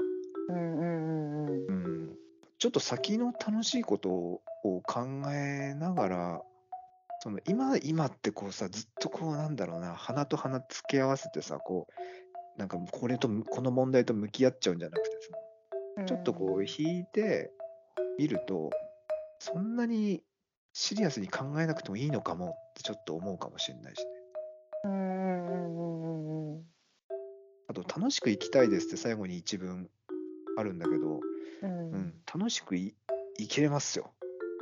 ちょっと先の楽しいことを考えながら、その今ってこうさ、ずっとこうなんだろうな、鼻と鼻付け合わせてさ、こうなんかこの問題と向き合っちゃうんじゃなくてさ、ちょっとこう引いてみると、そんなにシリアスに考えなくてもいいのかもってちょっと思うかもしれないしね。あと楽しく生きたいですって最後に一文あるんだけど、楽しく生きれますよ。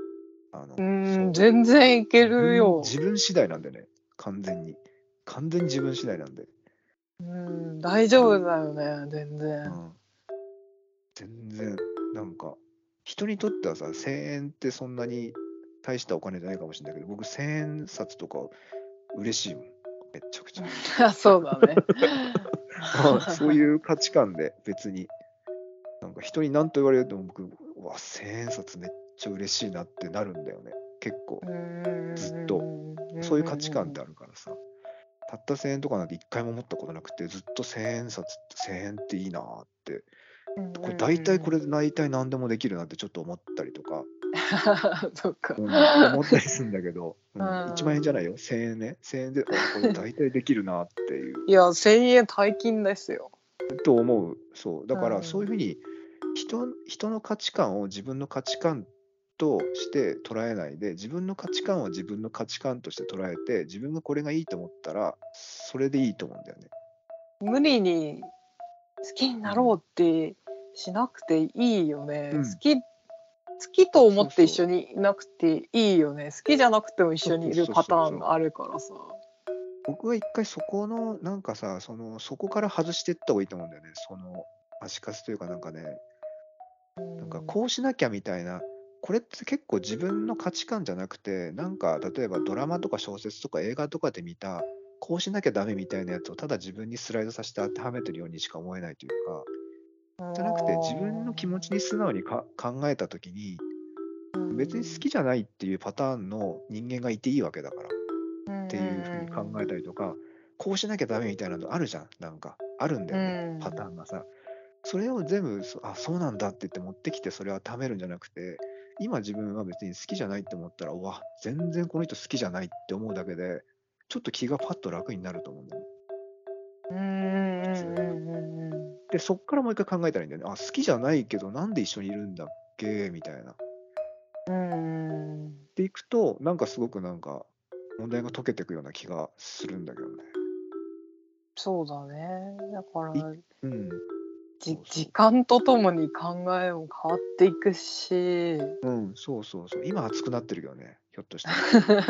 全然いけるよ。 自分次第なんでね、完全に自分次第なんで。 大丈夫だよね、全然。 全然なんか人にとってはさ、1000円ってそんなに大したお金じゃないかもしれないけど、僕1000円札とか嬉しいもん、めちゃくちゃ。 そうだね。 そういう価値観で別になんか人に何と言われると僕1000円札めっちゃ嬉しいなってなるんだよね、結構ずっと。そういう価値観ってあるからさ、たった1000円とかなんて一回も持ったことなくて、ずっと1000円札って1000円っていいなって、これ大体何でもできるなってちょっと思ったりとかそっか、 思ったりするんだけど、1万円じゃないよ、1000円ね。1000円でこれ大体できるなっていう。 いや、1000円大金ですよ。 と思う。そうだからそういうふうに人の価値観を自分の価値観として捉えないで、自分の価値観は自分の価値観として捉えて、自分がこれがいいと思ったらそれでいいと思うんだよね。 無理に好きになろうってしなくていいよね。好きと思って一緒にいなくていいよね。好きじゃなくても一緒にいるパターンがあるからさ。 僕は一回そこのなんかさ、そこから外していった方がいいと思うんだよね。その足かせというかなんかね、なんかこうしなきゃみたいな、これって結構自分の価値観じゃなくて、なんか例えばドラマとか小説とか映画とかで見たこうしなきゃダメみたいなやつをただ自分にスライドさせて当てはめてるようにしか思えないというか、じゃなくて自分の気持ちに素直に考えた時に、別に好きじゃないっていうパターンの人間がいていいわけだからっていうふうに考えたりとか、こうしなきゃダメみたいなのあるじゃん、なんかあるんだよね、パターンがさ。それを全部そうなんだって言って持ってきてそれを当てはめるんじゃなくて、今自分は別に好きじゃないって思ったら、うわ全然この人好きじゃないって思うだけでちょっと気がパッと楽になると思うんだよね。でそっからもう一回考えたらいいんだよね。好きじゃないけどなんで一緒にいるんだっけみたいな。っていくとなんかすごくなんか問題が解けていくような気がするんだけどね。 そうだね。だからうん。 時間とともに考えも変わっていくし。 そう。今熱くなってるよね、ひょっとした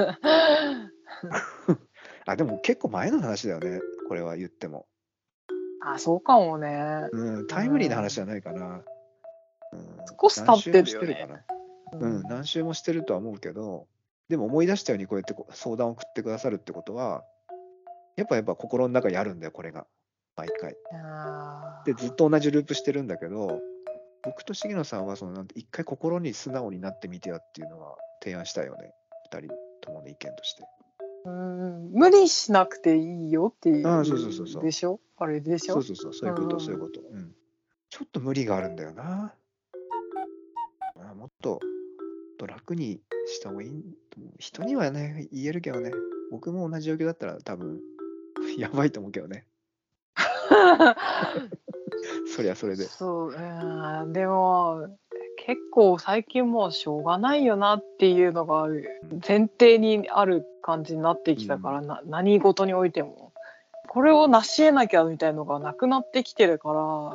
ら。でも結構前の話だよね、これは言っても。 そうかもね。 タイムリーな話じゃないかな。 少し経って何周もるよね。 してるかな。何周もしてるとは思うけど、でも思い出したようにこうやって相談を送ってくださるってことは、やっぱ心の中にあるんだよ、これが。毎回。で、ずっと同じループしてるんだけど、僕と重野さんはなんて一回心に素直になってみてやっていうのは提案したよね、2人ともの意見として。 無理しなくていいよっていうそう。 でしょ、あれでしょ。 そういうこと、そういうこと。ちょっと無理があるんだよな。もっと楽にした方がいい。人にはね、言えるけどね、僕も同じ状況だったら多分、やばいと思うけどね。そりゃそれで。 でも結構最近もうしょうがないよなっていうのが前提にある感じになってきたから、何事においてもこれを成し得なきゃみたいのがなくなってきてるから、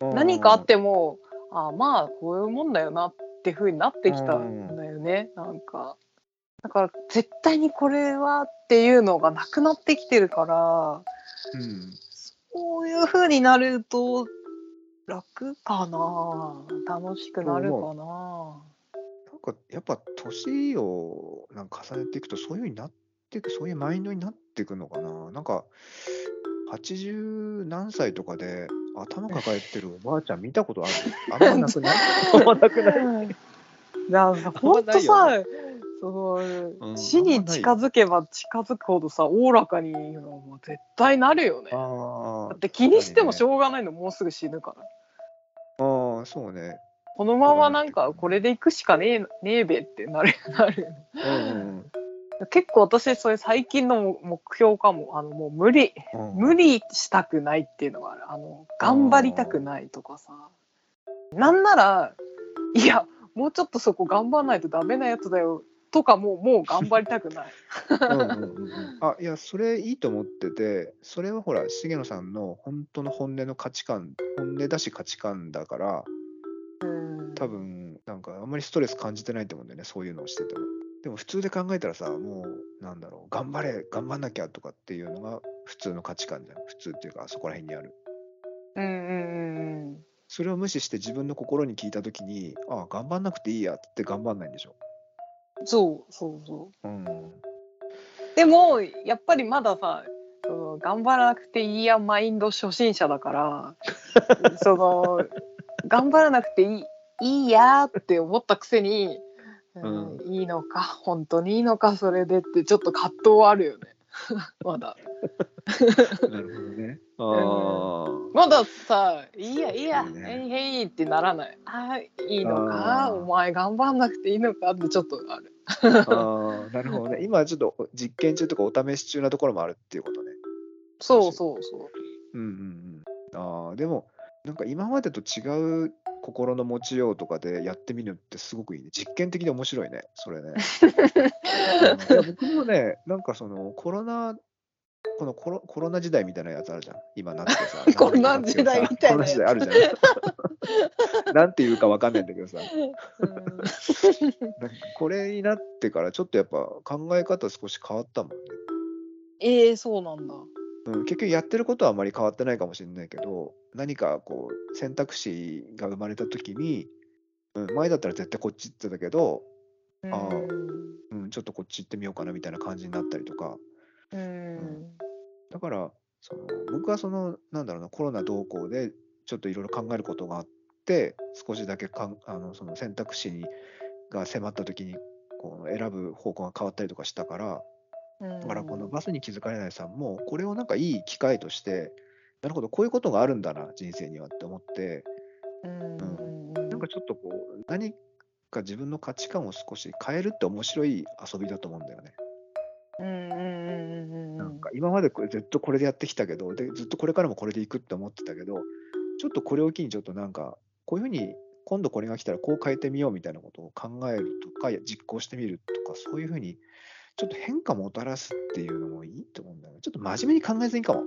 何かあってもまあこういうもんだよなって風になってきたんだよね。なんかだから絶対にこれはっていうのがなくなってきてるから、そういう風になると楽かな、楽しくなるかな。 なんかやっぱ年を重ねていくとそういう風になっていく、そういうマインドになっていくのかな。なんか80何歳とかで頭抱えてるおばあちゃん見たことある？あんまなくない？あんまなくない？ だからほんとさ、死に近づけば近づくほどさ、おおらかにもう絶対なるよね。だって気にしてもしょうがないの、もうすぐ死ぬから。 そうね。 このままなんかこれで行くしかねえべってなる。結構私それ最近の目標かも。もう無理したくないっていうのがある。頑張りたくないとかさ。なんならいやもうちょっとそこ頑張らないとダメなやつだよとかもう頑張りたくない。 いやそれいいと思ってて、それはほら重野さんの本当の本音の価値観、本音だし価値観だから、多分なんかあんまりストレス感じてないと思うんだよね、そういうのをしてても。でも普通で考えたらさ、もうなんだろう、頑張んなきゃとかっていうのが普通の価値観じゃん。普通っていうかそこら辺にある。それを無視して自分の心に聞いたときに、頑張んなくていいやって頑張んないんでしょ。 そう。でもやっぱりまださ、頑張らなくていいやマインド初心者だから頑張らなくていいやって思ったくせに、いいのか本当にいいのかそれでってちょっと葛藤はあるよね。まだ。 なるほどね。 まださ、いいや、へいってならない。いいのか、お前頑張んなくていいのかってちょっとある。 なるほどね。今はちょっと実験中とかお試し中なところもあるっていうことね。 そう。 でもなんか今までと違う心の持ちようとかでやってみるってすごくいいね。実験的で面白いね、それね。いや僕もね、なんかコロナ時代みたいなやつあるじゃん。今なってさ。 コロナ時代みたいなやつ。 コロナ時代あるじゃん。なんていうかわかんないんだけどさ。なんかこれになってからちょっとやっぱ考え方少し変わったもんね。 そうなんだ。 結局やってることはあまり変わってないかもしれないけど、何かこう選択肢が生まれた時に、前だったら絶対こっち行ってたけど、ちょっとこっち行ってみようかなみたいな感じになったりとか、 だから僕はなんだろうな、コロナ動向でちょっといろいろ考えることがあって、少しだけその選択肢が迫った時にこう選ぶ方向が変わったりとかしたから、だからこのバスに気づかれないさんもこれをなんかいい機会として、なるほどこういうことがあるんだな人生にはって思って、なんかちょっとこう何か自分の価値観を少し変えるって面白い遊びだと思うんだよね。なんか今までずっとこれでやってきたけど、でずっとこれからもこれでいくって思ってたけど、ちょっとこれを機にちょっとなんかこういうふうに今度これが来たらこう変えてみようみたいなことを考えるとか実行してみるとか、そういうふうにちょっと変化をもたらすっていうのもいいと思うんだよね。ちょっと真面目に考えずにかも。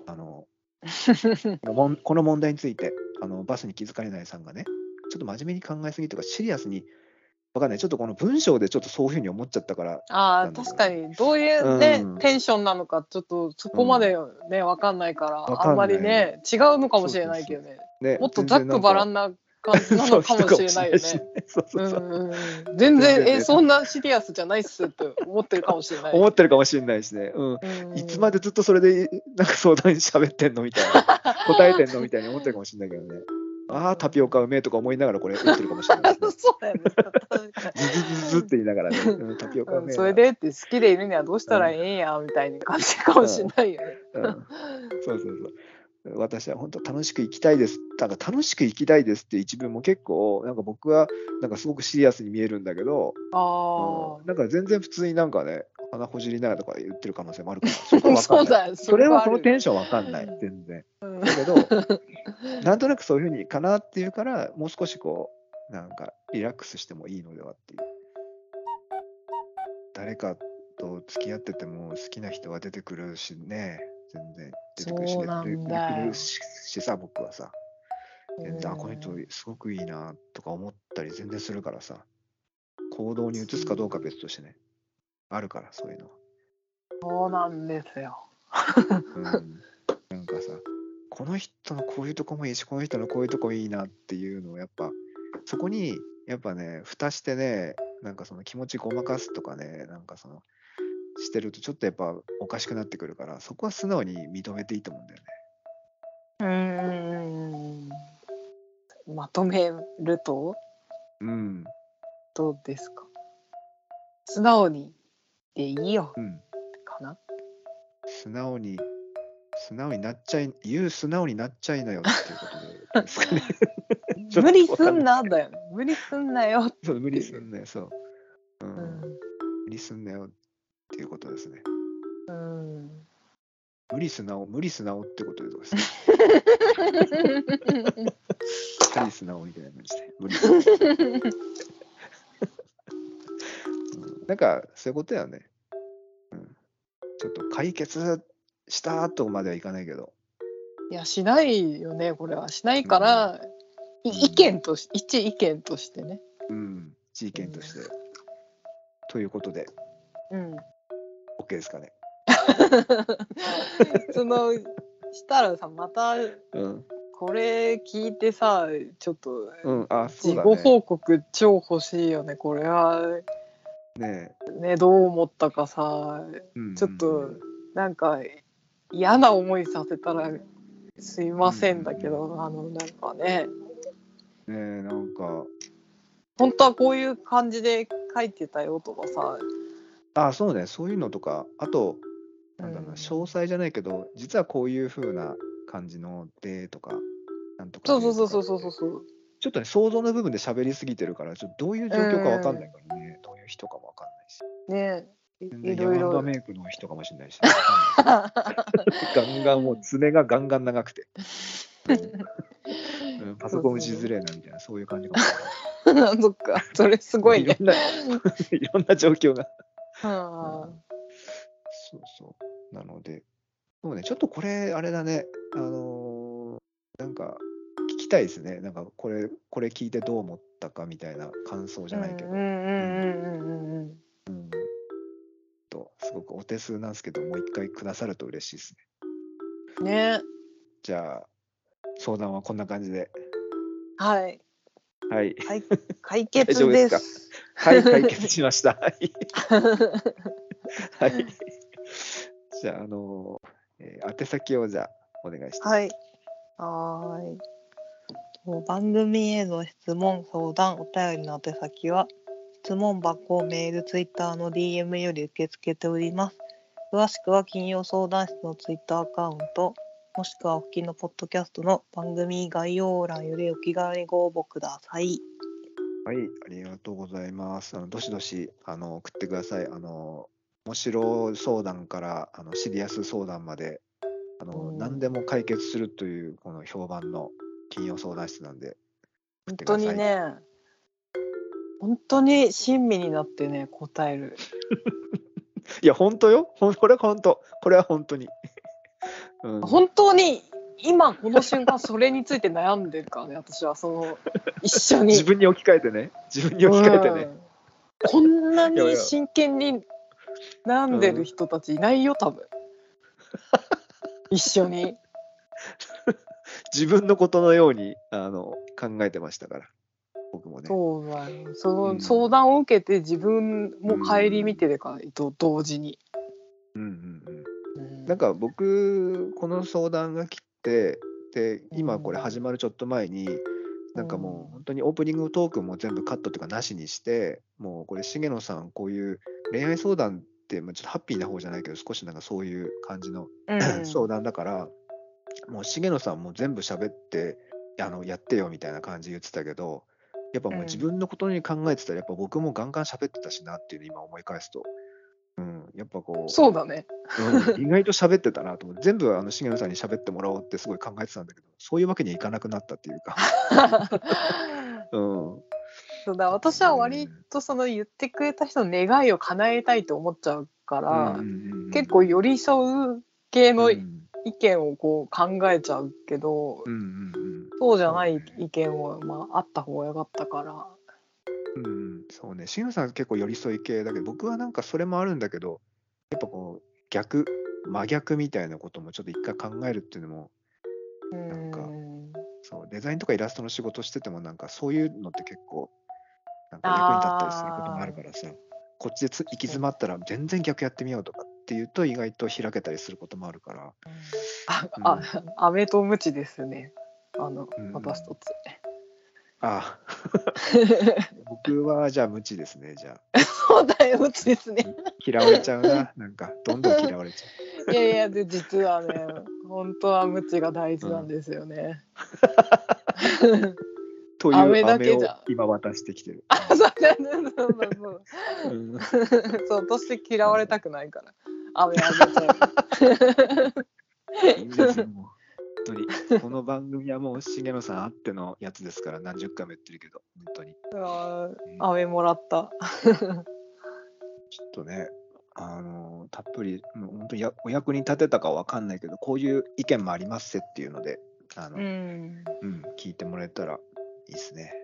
この問題についてバスに気づかれないさんがね、ちょっと真面目に考えすぎとかシリアスに、わかんない、ちょっとこの文章でちょっとそういうふうに思っちゃったからなんだけど、 確かにどういうね、 うんテンションなのかちょっとそこまでね、分かんないからわかんないあんまりね違うのかもしれないけどね、 ね、 もっとざっくばらんな感じなのかもしれないよね。 そうそうそう全然全然ねそんなシリアスじゃないっすって思ってるかもしれない。 思ってるかもしれないしね、いつまでずっとそれでなんか相談に喋ってんのみたいな、答えてんのみたいに思ってるかもしれないけどね。ああ、タピオカうめえとか思いながらこれ言ってるかもしれないですね。 そうだよね。 ズズズズって言いながらね、タピオカうめえな。 それでって好きでいるにはどうしたらええんやみたいな感じかもしれないよね。 そうそうそう。私は本当楽しく生きたいです。だから楽しく生きたいですっていう一文も結構なんか僕はなんかすごくシリアスに見えるんだけど、なんか全然普通になんかね、鼻ほじりながらとか言ってる可能性もあるから、そこは分かんない。それはそのテンション分かんない、全然。だけど、なんとなくそういうふうにかなっていうから、もう少しこう、なんかリラックスしてもいいのではっていう。誰かと付き合ってても好きな人は出てくるしね、全然出てくるし、 そうなんだよ。 出てくるしさ、僕はさ、全然、この人すごくいいなとか思ったり全然するからさ、行動に移すかどうか別としてね、あるから、そういうのは。 そうなんですよ。 なんかさ、この人のこういうとこもいいし、この人のこういうとこいいなっていうのをやっぱ、そこにやっぱね、蓋してね、なんかその気持ちごまかすとかね、なんかしてるとちょっとやっぱおかしくなってくるから、そこは素直に認めていいと思うんだよね。まとめると、どうですか。素直にでいいよ、かな。 素直になっちゃい、素直になっちゃいなよっていうことですかね。 無理すんなだよね。無理すんなよ。 そう、無理すんなよ、そう。無理すんなよっていうことですね。無理すなおってことですね。チャリ素直みたいな感じで。無理すなお。なんか、そういうことやね。ちょっと解決したとまではいかないけど。 いや、しないよね、これは。しないから、一意見としてね。 一意見として。ということで。OK ですかね。 したらさ、また、これ聞いてさ、ちょっと、事後報告超欲しいよね、これは。ね、どう思ったかさ、ちょっと、なんか、嫌な思いさせたらすいませんだけど、なんかね。 なんか。 本当はこういう感じで書いてたよとかさ。 そうね、そういうのとか、あと、なんだろうな、詳細じゃないけど、実はこういう風な感じのでとか、なんとかでとか。 そう。 ちょっとね、想像の部分で喋りすぎてるから、ちょっとどういう状況かわかんないからね、どういう人かもわかんないし。 ね、 いろいろ。ヤンメイクの人かもしれないし。ガンガン、もう爪がガンガン長くて。パソコン打ちづれえなみたいな、そういう感じかもしれない。そっか、それすごいね。 いろんな状況が。そうなので、そうね、ちょっとこれ、あれだね、なんか、聞きたいですね。なんか、これ聞いてどう思ったかみたいな感想じゃないけど。すごくお手数なんですけど、もう一回くださると嬉しいですね。じゃあ、相談はこんな感じで。 はい。解決です。 大丈夫ですか？はい、解決しました。はい。じゃあ、 宛先をじゃあお願いして。 はい。はーい。番組への質問、相談、お便りの宛先は、質問箱、メール、ツイッターの DM より受け付けております。詳しくは金曜相談室のツイッターアカウント、もしくはお聞きのポッドキャストの番組概要欄よりお気軽にご応募ください。 はい、ありがとうございます。どしどし送ってください。面白相談からシリアス相談まで何でも解決するというこの評判の金曜相談室なんで送ってください。 本当にね、本当に親身になってね、答える。 いや、本当よ。これは本当。これは本当に。 本当に今この瞬間それについて悩んでるからね、私は一緒に自分に置き換えてね。自分に置き換えてね。 こんなに真剣に悩んでる人たちいないよ、多分。一緒に。 自分のことのように考えてましたから、僕もね。 そうだよ。その相談を受けて自分も顧みてるから、同時に。 なんか僕この相談が来て、で今これ始まるちょっと前に、なんかもう本当にオープニングトークも全部カットというかなしにして、もうこれ重野さんこういう恋愛相談って、ちょっとハッピーな方じゃないけど少しなんかそういう感じの、相談だから、もう重野さんも全部喋ってやってよみたいな感じで言ってたけど、やっぱもう自分のことに考えてたらやっぱ僕もガンガン喋ってたしなっていうの今思い返すと、やっぱこうそうだね、 意外と喋ってたなと思って、全部重野さんに喋ってもらおうってすごい考えてたんだけど、そういうわけにはいかなくなったっていうかそうだ、私は割と言ってくれた人の願いを叶えたいと思っちゃうから、結構寄り添う系の意見をこう考えちゃうけど、そうじゃない意見はあった方がよかったから。 そうね、重野さん結構寄り添い系だけど、僕はなんかそれもあるんだけど、やっぱこう真逆みたいなこともちょっと一回考えるっていうのも、なんかそうデザインとかイラストの仕事しててもなんかそういうのって結構なんか役に立ったりすることもあるからさ、こっちで行き詰まったら全然逆やってみようとかっていうと意外と開けたりすることもあるから。 飴とムチですね、私とつ。 ああ僕はじゃあ無知ですね。じゃあそうだよ、無知ですね。 嫌われちゃうな。なんかどんどん嫌われちゃういやいや、で実はね、本当は無知が大事なんですよね、 という飴を今渡してきてる。 そうとして嫌われたくないから飴あげちゃう。 いいんですよ、もう本当にこの番組はもう重野さんあってのやつですから、何十回も言ってるけど本当に飴もらったちょっとね、たっぷりもう本当にお役に立てたかは分かんないけど、こういう意見もありますっていうので聞いてもらえたらいいですね。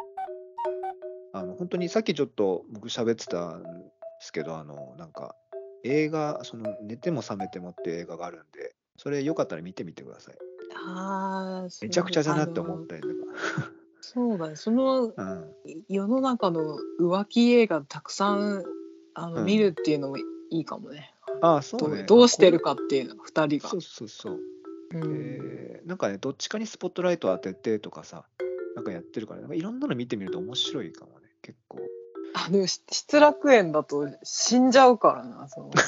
本当にさっきちょっと僕喋ってたんですけど、なんか映画、寝ても覚めてもっていう映画があるんで、それよかったら見てみてください。めちゃくちゃだなって思ったりとか。 そうだね、世の中の浮気映画たくさん見るっていうのもいいかもね。 そうね。 どうしてるかっていうの、2人が。 そう。なんかね、どっちかにスポットライト当ててとかさ、なんかやってるから、なんかいろんなの見てみると面白いかもね、結構。 失楽園だと死んじゃうからな、 そっか。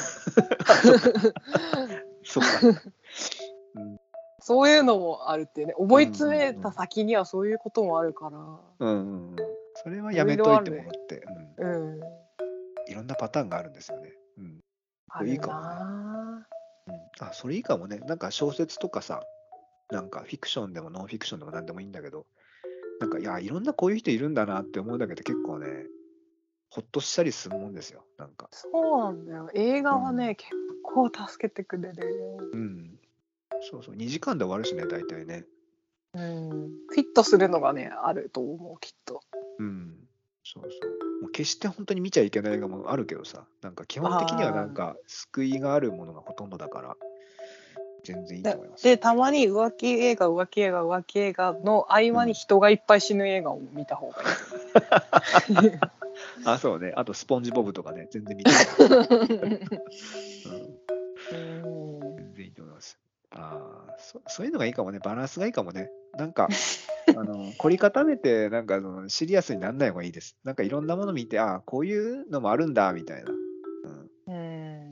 そういうのもあるってね、思い詰めた先にはそういうこともあるから。 それはやめといてもらって、いろんなパターンがあるんですよね。いいかもね。それいいかもね。なんか小説とかさ、なんかフィクションでもノンフィクションでも何でもいいんだけど、なんかいろんなこういう人いるんだなって思うだけで結構ね、ほっとしたりするもんですよ。なんかそうなんだよ。映画はね、結構助けてくれるよ。 そう2時間で終わるしね、大体ね。 フィットするのがね、あると思う、きっと。 そう。もう決して本当に見ちゃいけない映画もあるけどさ、なんか基本的にはなんか救いがあるものがほとんどだから、全然いいと思います。 で、たまに浮気映画の合間に人がいっぱい死ぬ映画を見た方がいい。 そうね。あとスポンジボブとかね、全然見てない。全然いいと思います。 そういうのがいいかもね。バランスがいいかもね。なんか、凝り固めて、なんかシリアスにならない方がいいです。なんかいろんなもの見て、こういうのもあるんだ、みたいな。 うん。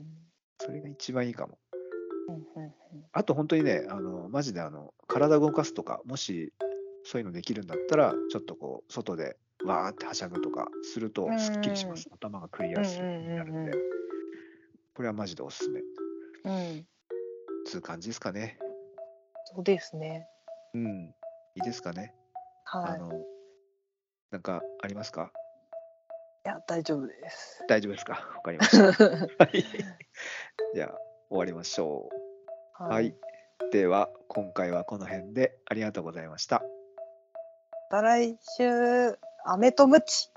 それが一番いいかも。 うんうんあと本当にね、マジで体動かすとか、もしそういうのできるんだったら、ちょっとこう、外でわーってはしゃぐとかすると、すっきりします。頭がクリアうんになるんで、これはマジでおすすめ。 うん。 つう感じですかね。 そうですね。 うん。いいですかね。 はい。 なんかありますか？ いや、大丈夫です。 大丈夫ですか？わかりました。はい。じゃあ、終わりましょう。ははい。 い。では、今回はこの辺でありがとうございました。 また来週、飴とムチ。